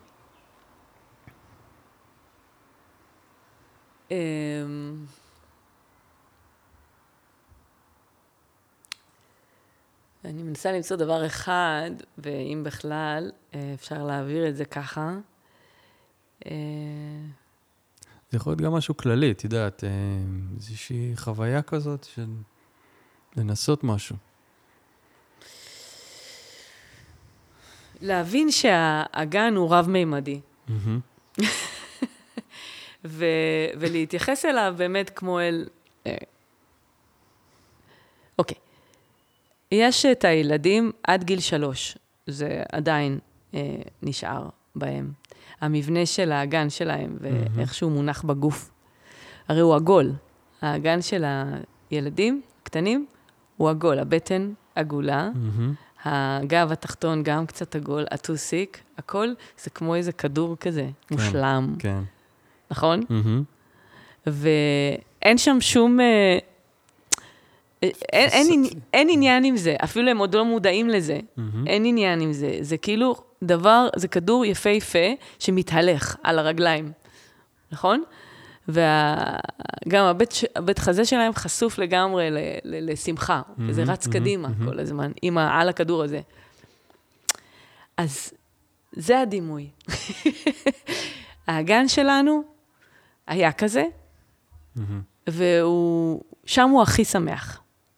אה, אני מנסה למצוא דבר אחד, ואם בכלל אה, אפשר להעביר את זה ככה. אה, זה יכול להיות גם משהו כללי, את יודעת, אה, איזושהי חוויה כזאת של לנסות משהו. להבין שהאגן הוא רב-מימדי. Mm-hmm. ו- ולהתייחס אליו באמת כמו אל... אה, אוקיי. יש את הילדים עד גיל שלוש, זה עדיין אה, נשאר בהם. המבנה של האגן שלהם ואיך שהוא מונח בגוף. הרי הוא עגול. האגן של הילדים הקטנים הוא עגול. הבטן עגולה, Mm-hmm. הגב התחתון גם קצת עגול, הטוסיק, הכל זה כמו איזה כדור כזה, מושלם. כן. נכון? Mm-hmm. ואין שם שום... אה, אין, אין, אין עניין עם זה, אפילו הם עוד לא מודעים לזה. Mm-hmm. אין עניין עם זה. זה כאילו דבר, זה כדור יפה יפה שמתהלך על הרגליים. נכון? וגם הבית, הבית חזה שלהם חשוף לגמרי ל, ל, לשמחה. Mm-hmm, וזה רץ mm-hmm, קדימה mm-hmm. כל הזמן, עם על הכדור הזה. אז זה הדימוי. האגן שלנו היה כזה, mm-hmm. והוא, שם הוא הכי שמח.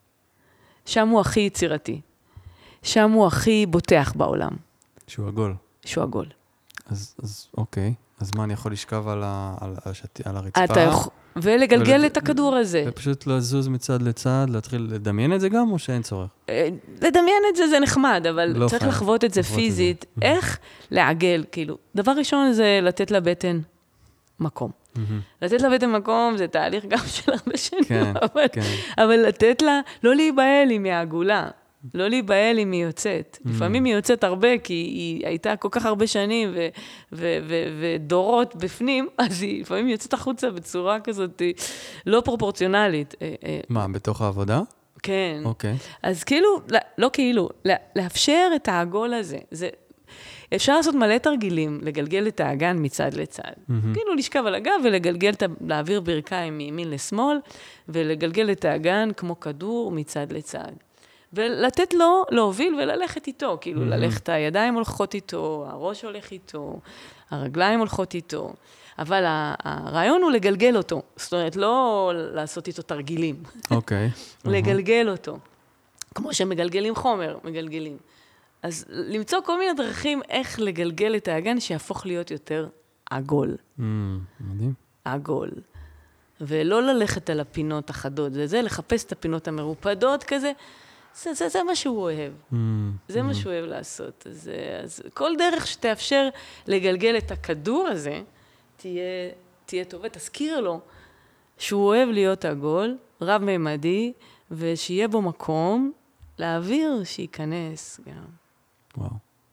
שם הוא הכי יצירתי. שם הוא הכי בוטח בעולם. שהוא עגול. שהוא עגול. אז, אז אוקיי. אז מה, אני יכול לשכב על, ה, על, על, שת, על הרצפה? אתה יכול, ולגלגל ול... את הכדור הזה. ופשוט לזוז מצד לצד, להתחיל לדמיין את זה גם, או שאין צורך? לדמיין את זה זה נחמד, אבל לא צריך חייב. לחוות את זה לחוות פיזית. את זה. איך לעגל, כאילו. דבר ראשון זה לתת לבטן מקום. Mm-hmm. לתת לבטן מקום זה תהליך גם של הרבה שנים, כן, אבל, כן. אבל לתת לה, לא להיבהל עם העגולה. לא להיבהל אם היא יוצאת. Mm. לפעמים היא יוצאת הרבה, כי היא הייתה כל כך הרבה שנים ו- ו- ו- ודורות בפנים, אז היא לפעמים יוצאת החוצה בצורה כזאת לא פרופורציונלית. מה, בתוך העבודה? כן. אוקיי. אז כאילו, לא כאילו, לאפשר את העגול הזה. זה, אפשר לעשות מלא תרגילים, לגלגל את האגן מצד לצד. Mm-hmm. כאילו לשכב על הגב ולגלגל, להעביר ברכיים מימין לשמאל, ולגלגל את האגן כמו כדור מצד לצד. ולתת לו להוביל וללכת איתו, כאילו mm-hmm. ללכת, הידיים הולכות איתו, הראש הולך איתו, הרגליים הולכות איתו, אבל הרעיון הוא לגלגל אותו, זאת אומרת, לא לעשות איתו תרגילים. אוקיי. Okay. לגלגל uh-huh. אותו, כמו שמגלגלים חומר, מגלגלים. אז למצוא כל מיני דרכים איך לגלגל את האגן שיהפוך להיות יותר עגול. Mm, מדהים. עגול. ולא ללכת על הפינות החדות, וזה לחפש את הפינות המרופדות כזה, זה, זה, זה מה שהוא אוהב. Mm, זה mm. מה שהוא אוהב לעשות. אז, אז כל דרך שתאפשר לגלגל את הכדור הזה, תהיה, תהיה טובה. תזכיר לו שהוא אוהב להיות עגול, רב-ממדי, ושיהיה בו מקום לאוויר שייכנס גם. וואו.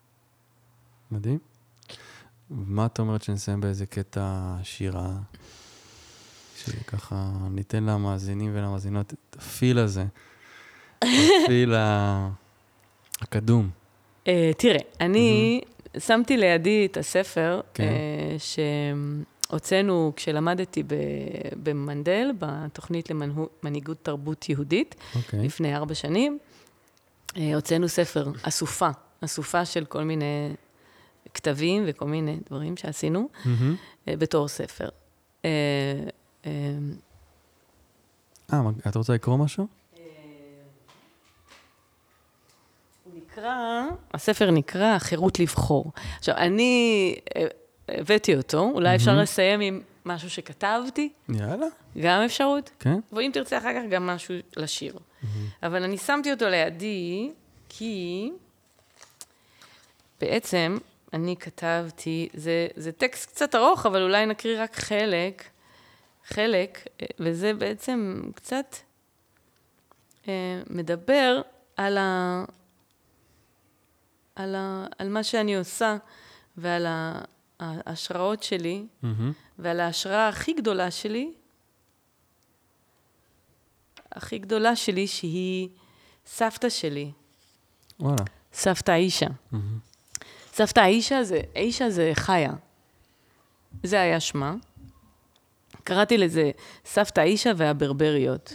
מדהים. מה את אומרת שנסיים באיזה קטע שירה, שככה ניתן למאזינים ולמאזינות את הפיל הזה, הפיל הקדום. תראה, אני שמתי לידי את הספר שהוצאנו כשלמדתי במנדל, בתוכנית למנהיגות תרבות יהודית, לפני ארבע שנים. הוצאנו ספר, אסופה, אסופה של כל מיני כתבים וכל מיני דברים שעשינו בתור ספר. אה, את רוצה לקרוא משהו? נקרא, הספר נקרא החירות לבחור. עכשיו, אני הבאתי אותו, אולי אפשר לסיים עם משהו שכתבתי. יאללה. גם אפשרות. כן. ואם תרצה אחר כך גם משהו לשיר. אבל אני שמתי אותו לידי, כי בעצם אני כתבתי, זה, זה טקסט קצת ארוך, אבל אולי נקריא רק חלק, חלק, וזה בעצם קצת אה, מדבר על ה... על, ה, על מה שאני עושה, ועל ההשראות שלי, mm-hmm. ועל ההשראה הכי גדולה שלי, הכי גדולה שלי, שהיא סבתא שלי. וואלה. סבתא אישה. Mm-hmm. סבתא אישה זה, אישה זה חיה. זה היה שמה. קראתי לזה סבתא אישה והברבריות.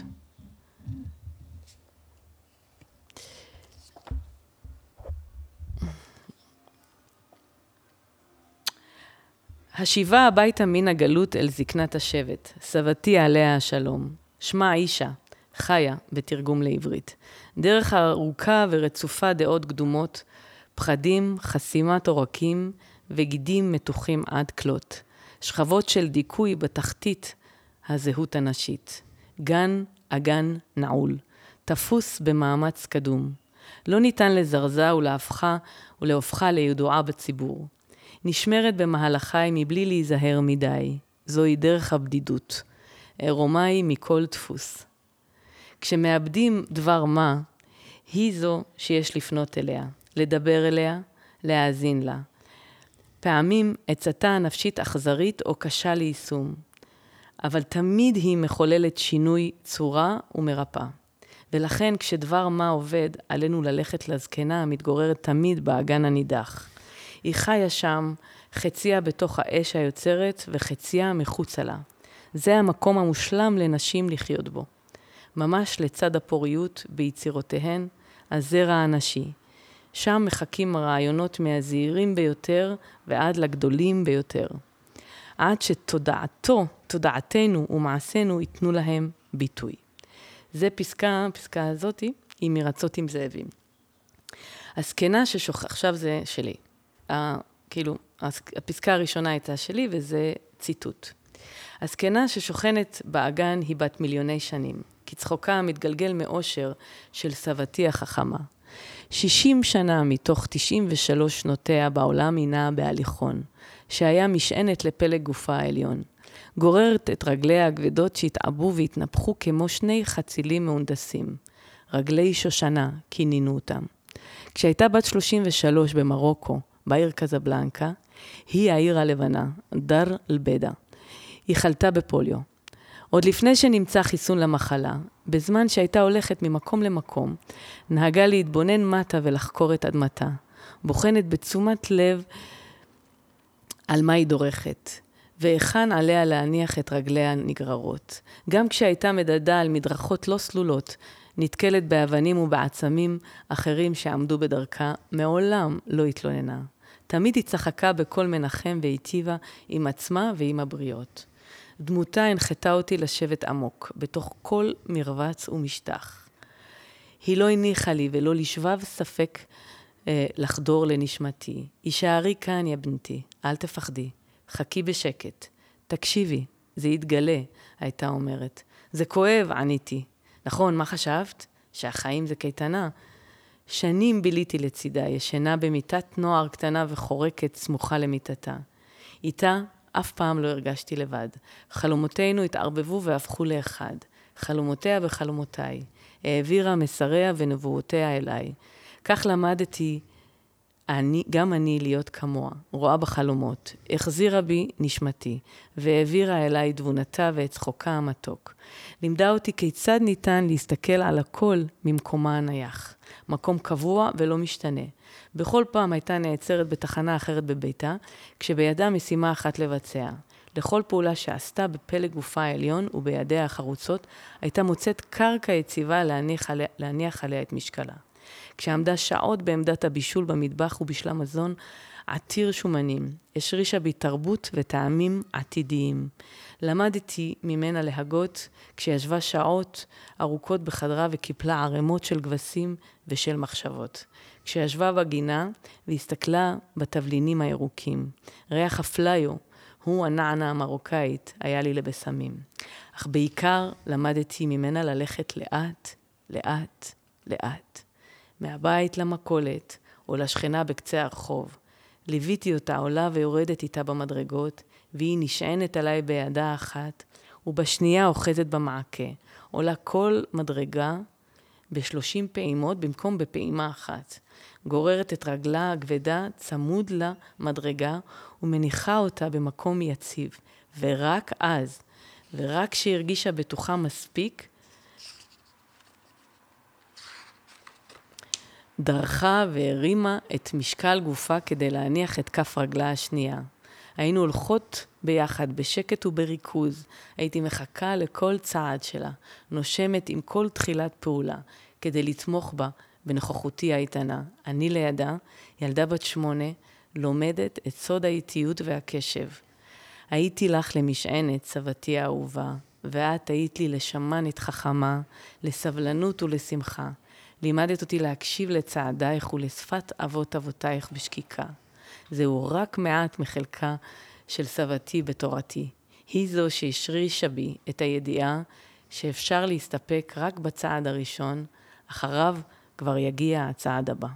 השיבה הביתה מן הגלות אל זקנת השבט, סבתי עליה השלום. שמה אישה, חיה, בתרגום לעברית. דרך ארוכה ורצופה דעות קדומות, פחדים, חסימת עורקים וגידים מתוחים עד כלות. שכבות של דיכוי בתחתית הזהות הנשית. גן, אגן, נעול. תפוס במאמץ קדום. לא ניתן לזרזה ולהפכה ולהופכה לידועה בציבור. נשמרת במהלכי מבלי להיזהר מדי. זוהי דרך הבדידות. עירומי מכל דפוס. כשמאבדים דבר מה, היא זו שיש לפנות אליה, לדבר אליה, להאזין לה. פעמים עצתה הנפשית אכזרית או קשה ליישום, אבל תמיד היא מחוללת שינוי צורה ומרפא. ולכן כשדבר מה עובד, עלינו ללכת לזקנה המתגוררת תמיד באגן הנידח. היא חיה שם, חציה בתוך האש היוצרת וחציה מחוצה לה. זה המקום המושלם לנשים לחיות בו. ממש לצד הפוריות ביצירותיהן, הזרע הנשי. שם מחכים הרעיונות מהזהירים ביותר ועד לגדולים ביותר. עד שתודעתו, תודעתנו ומעשינו ייתנו להם ביטוי. זה פסקה, פסקה הזאת היא מרצות עם זאבים. הזקנה ששוכח, עכשיו זה שלי. ה, כאילו, הפסקה הראשונה הייתה שלי וזה ציטוט. הזקנה ששוכנת באגן היא בת מיליוני שנים, כצחוקה מתגלגל מאושר של סבתי החכמה. שישים שנה מתוך תשעים ושלוש שנותיה בעולם הינה בהליכון, שהיה משענת לפלג גופה העליון. גוררת את רגליה הכבדות שהתעבו והתנפחו כמו שני חצילים מהונדסים. רגלי שושנה, כינינו אותם. כשהייתה בת שלושים ושלוש במרוקו, בעיר קזבלנקה, היא העיר הלבנה, דר אל-בדה. היא חלתה בפוליו. עוד לפני שנמצא חיסון למחלה, בזמן שהייתה הולכת ממקום למקום, נהגה להתבונן מטה ולחקור את אדמתה. בוחנת בתשומת לב על מה היא דורכת, והיכן עליה להניח את רגליה הנגררות. גם כשהייתה מדדה על מדרכות לא סלולות, נתקלת באבנים ובעצמים אחרים שעמדו בדרכה, מעולם לא התלוננה. תמיד היא צחקה בכל מנחם והיטיבה עם עצמה ועם הבריות. דמותה הנחתה אותי לשבת עמוק, בתוך כל מרבץ ומשטח. היא לא הניחה לי ולא לשבב ספק אה, לחדור לנשמתי. הישארי כאן, יא בנתי, אל תפחדי, חכי בשקט. תקשיבי, זה יתגלה, הייתה אומרת. זה כואב, עניתי. נכון, מה חשבת? שהחיים זה קייטנה. שנים ביליתי לצידה, ישנה במיטת נוער קטנה וחורקת סמוכה למיטתה. איתה אף פעם לא הרגשתי לבד. חלומותינו התערבבו והפכו לאחד. חלומותיה בחלומותיי. העבירה מסריה ונבואותיה אליי. כך למדתי אני, גם אני להיות כמוה, רואה בחלומות. החזירה בי נשמתי, והעבירה אליי תבונתה ואת צחוקה המתוק. לימדה אותי כיצד ניתן להסתכל על הכל ממקומה הנייח. מקום קבוע ולא משתנה. בכל פעם הייתה נעצרת בתחנה אחרת בביתה, כשבידה משימה אחת לבצע. לכל פעולה שעשתה בפלג גופה העליון ובידיה החרוצות, הייתה מוצאת קרקע יציבה להניח עליה, להניח עליה את משקלה. כשעמדה שעות בעמדת הבישול במטבח ובשלה מזון עתיר שומנים, השרישה בי תרבות וטעמים עתידיים. למדתי ממנה להגות כשישבה שעות ארוכות בחדרה וקיפלה ערימות של גבסים ושל מחשבות. כשישבה בגינה והסתכלה בתבלינים הירוקים. ריח הפליו, הוא הנענה המרוקאית, היה לי לבשמים. אך בעיקר למדתי ממנה ללכת לאט, לאט, לאט. מהבית למכולת או לשכנה בקצה הרחוב. ליוויתי אותה עולה ויורדת איתה במדרגות, והיא נשענת עליי בידה אחת, ובשנייה אוחזת במעקה. עולה כל מדרגה בשלושים פעימות במקום בפעימה אחת. גוררת את רגלה הכבדה צמוד למדרגה ומניחה אותה במקום יציב. ורק אז, ורק כשהרגישה בטוחה מספיק, דרכה והרימה את משקל גופה כדי להניח את כף רגלה השנייה. היינו הולכות ביחד, בשקט ובריכוז. הייתי מחכה לכל צעד שלה, נושמת עם כל תחילת פעולה, כדי לתמוך בה בנוכחותי האיתנה. אני לידה, ילדה בת שמונה, לומדת את סוד האיטיות והקשב. הייתי לך למשענת, סבתי האהובה, ואת היית לי לשמנת חכמה, לסבלנות ולשמחה. לימדת אותי להקשיב לצעדייך ולשפת אבות אבותייך בשקיקה. זהו רק מעט מחלקה של סבתי בתורתי. היא זו שהשרישה בי את הידיעה שאפשר להסתפק רק בצעד הראשון, אחריו כבר יגיע הצעד הבא.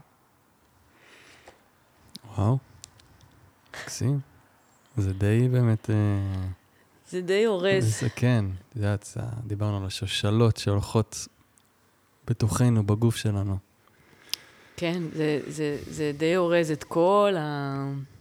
וואו, מקסים. זה די באמת... זה די הורס. זה כן, יודעת, דיברנו על השושלות שהולכות בתוכנו, בגוף שלנו. כן, זה, זה, זה די הורס את כל ה...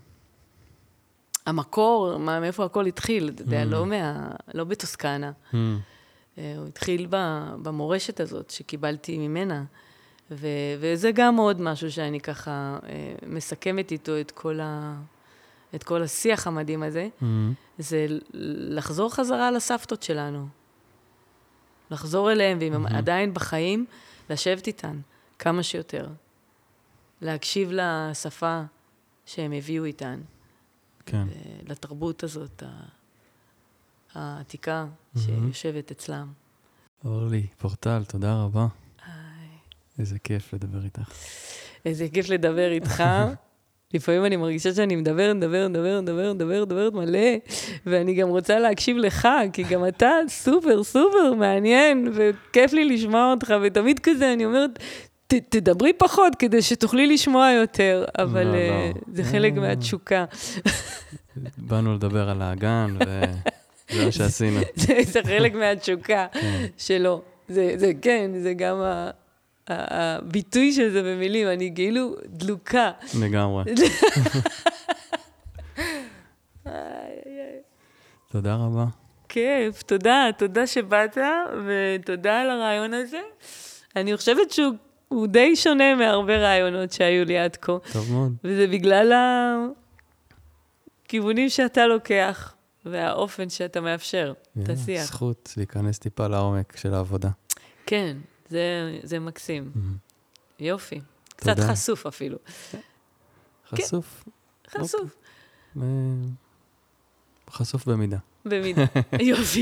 המקור, מה, מאיפה הכל התחיל, אתה יודע, mm. לא, מה, לא בטוסקנה. Mm. הוא התחיל ב, במורשת הזאת שקיבלתי ממנה, ו, וזה גם עוד משהו שאני ככה מסכמת איתו את כל, ה, את כל השיח המדהים הזה, mm. זה לחזור חזרה לסבתות שלנו. לחזור אליהם, ואם mm-hmm. הם עדיין בחיים, לשבת איתן כמה שיותר. להקשיב לשפה שהם הביאו איתן. כן. לתרבות הזאת, העתיקה mm-hmm. שיושבת אצלם. אורלי, פורטל, תודה רבה. היי. איזה כיף לדבר איתך. איזה כיף לדבר איתך. לפעמים אני מרגישה שאני מדברת, מדברת, מדברת, מדברת, מדברת, מדברת מלא, ואני גם רוצה להקשיב לך, כי גם אתה סופר, סופר מעניין, וכיף לי לשמוע אותך, ותמיד כזה אני אומרת, ת, תדברי פחות כדי שתוכלי לשמוע יותר, אבל לא, uh, לא. זה חלק מהתשוקה. באנו לדבר על האגן, וזה מה שעשינו. זה, זה חלק מהתשוקה שלו. זה, זה כן, זה גם ה... הביטוי של זה במילים, אני כאילו דלוקה. לגמרי. תודה רבה. כיף, תודה, תודה שבאת, ותודה על הרעיון הזה. אני חושבת שהוא די שונה מהרבה רעיונות שהיו לי עד כה. טוב מאוד. וזה בגלל הכיוונים שאתה לוקח, והאופן שאתה מאפשר, את השיח. זכות להיכנס טיפה לעומק של העבודה. כן. זה, זה מקסים. Mm-hmm. יופי. קצת תודה. חשוף אפילו. חשוף? כן. חשוף. אוקיי. חשוף במידה. במידה. יופי.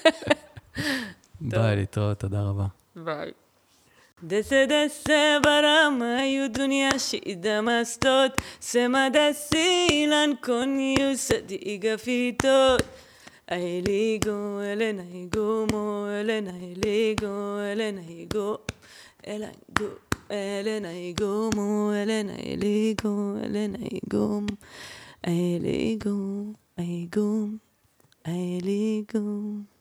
ביי, להתראות, תודה רבה. ביי. דסה דסה ברמה יו דוניה שידה מסתות סמה דסי לן קוניו סדיגה פיתות Ailigo, Elena, Igo, Mo, Elena, Iligo, Elena, Igo, Elena, Igo, Elena, Igo, Mo, Elena, Iligo, Elena, Igo, Ailigo, Igo, Ailigo.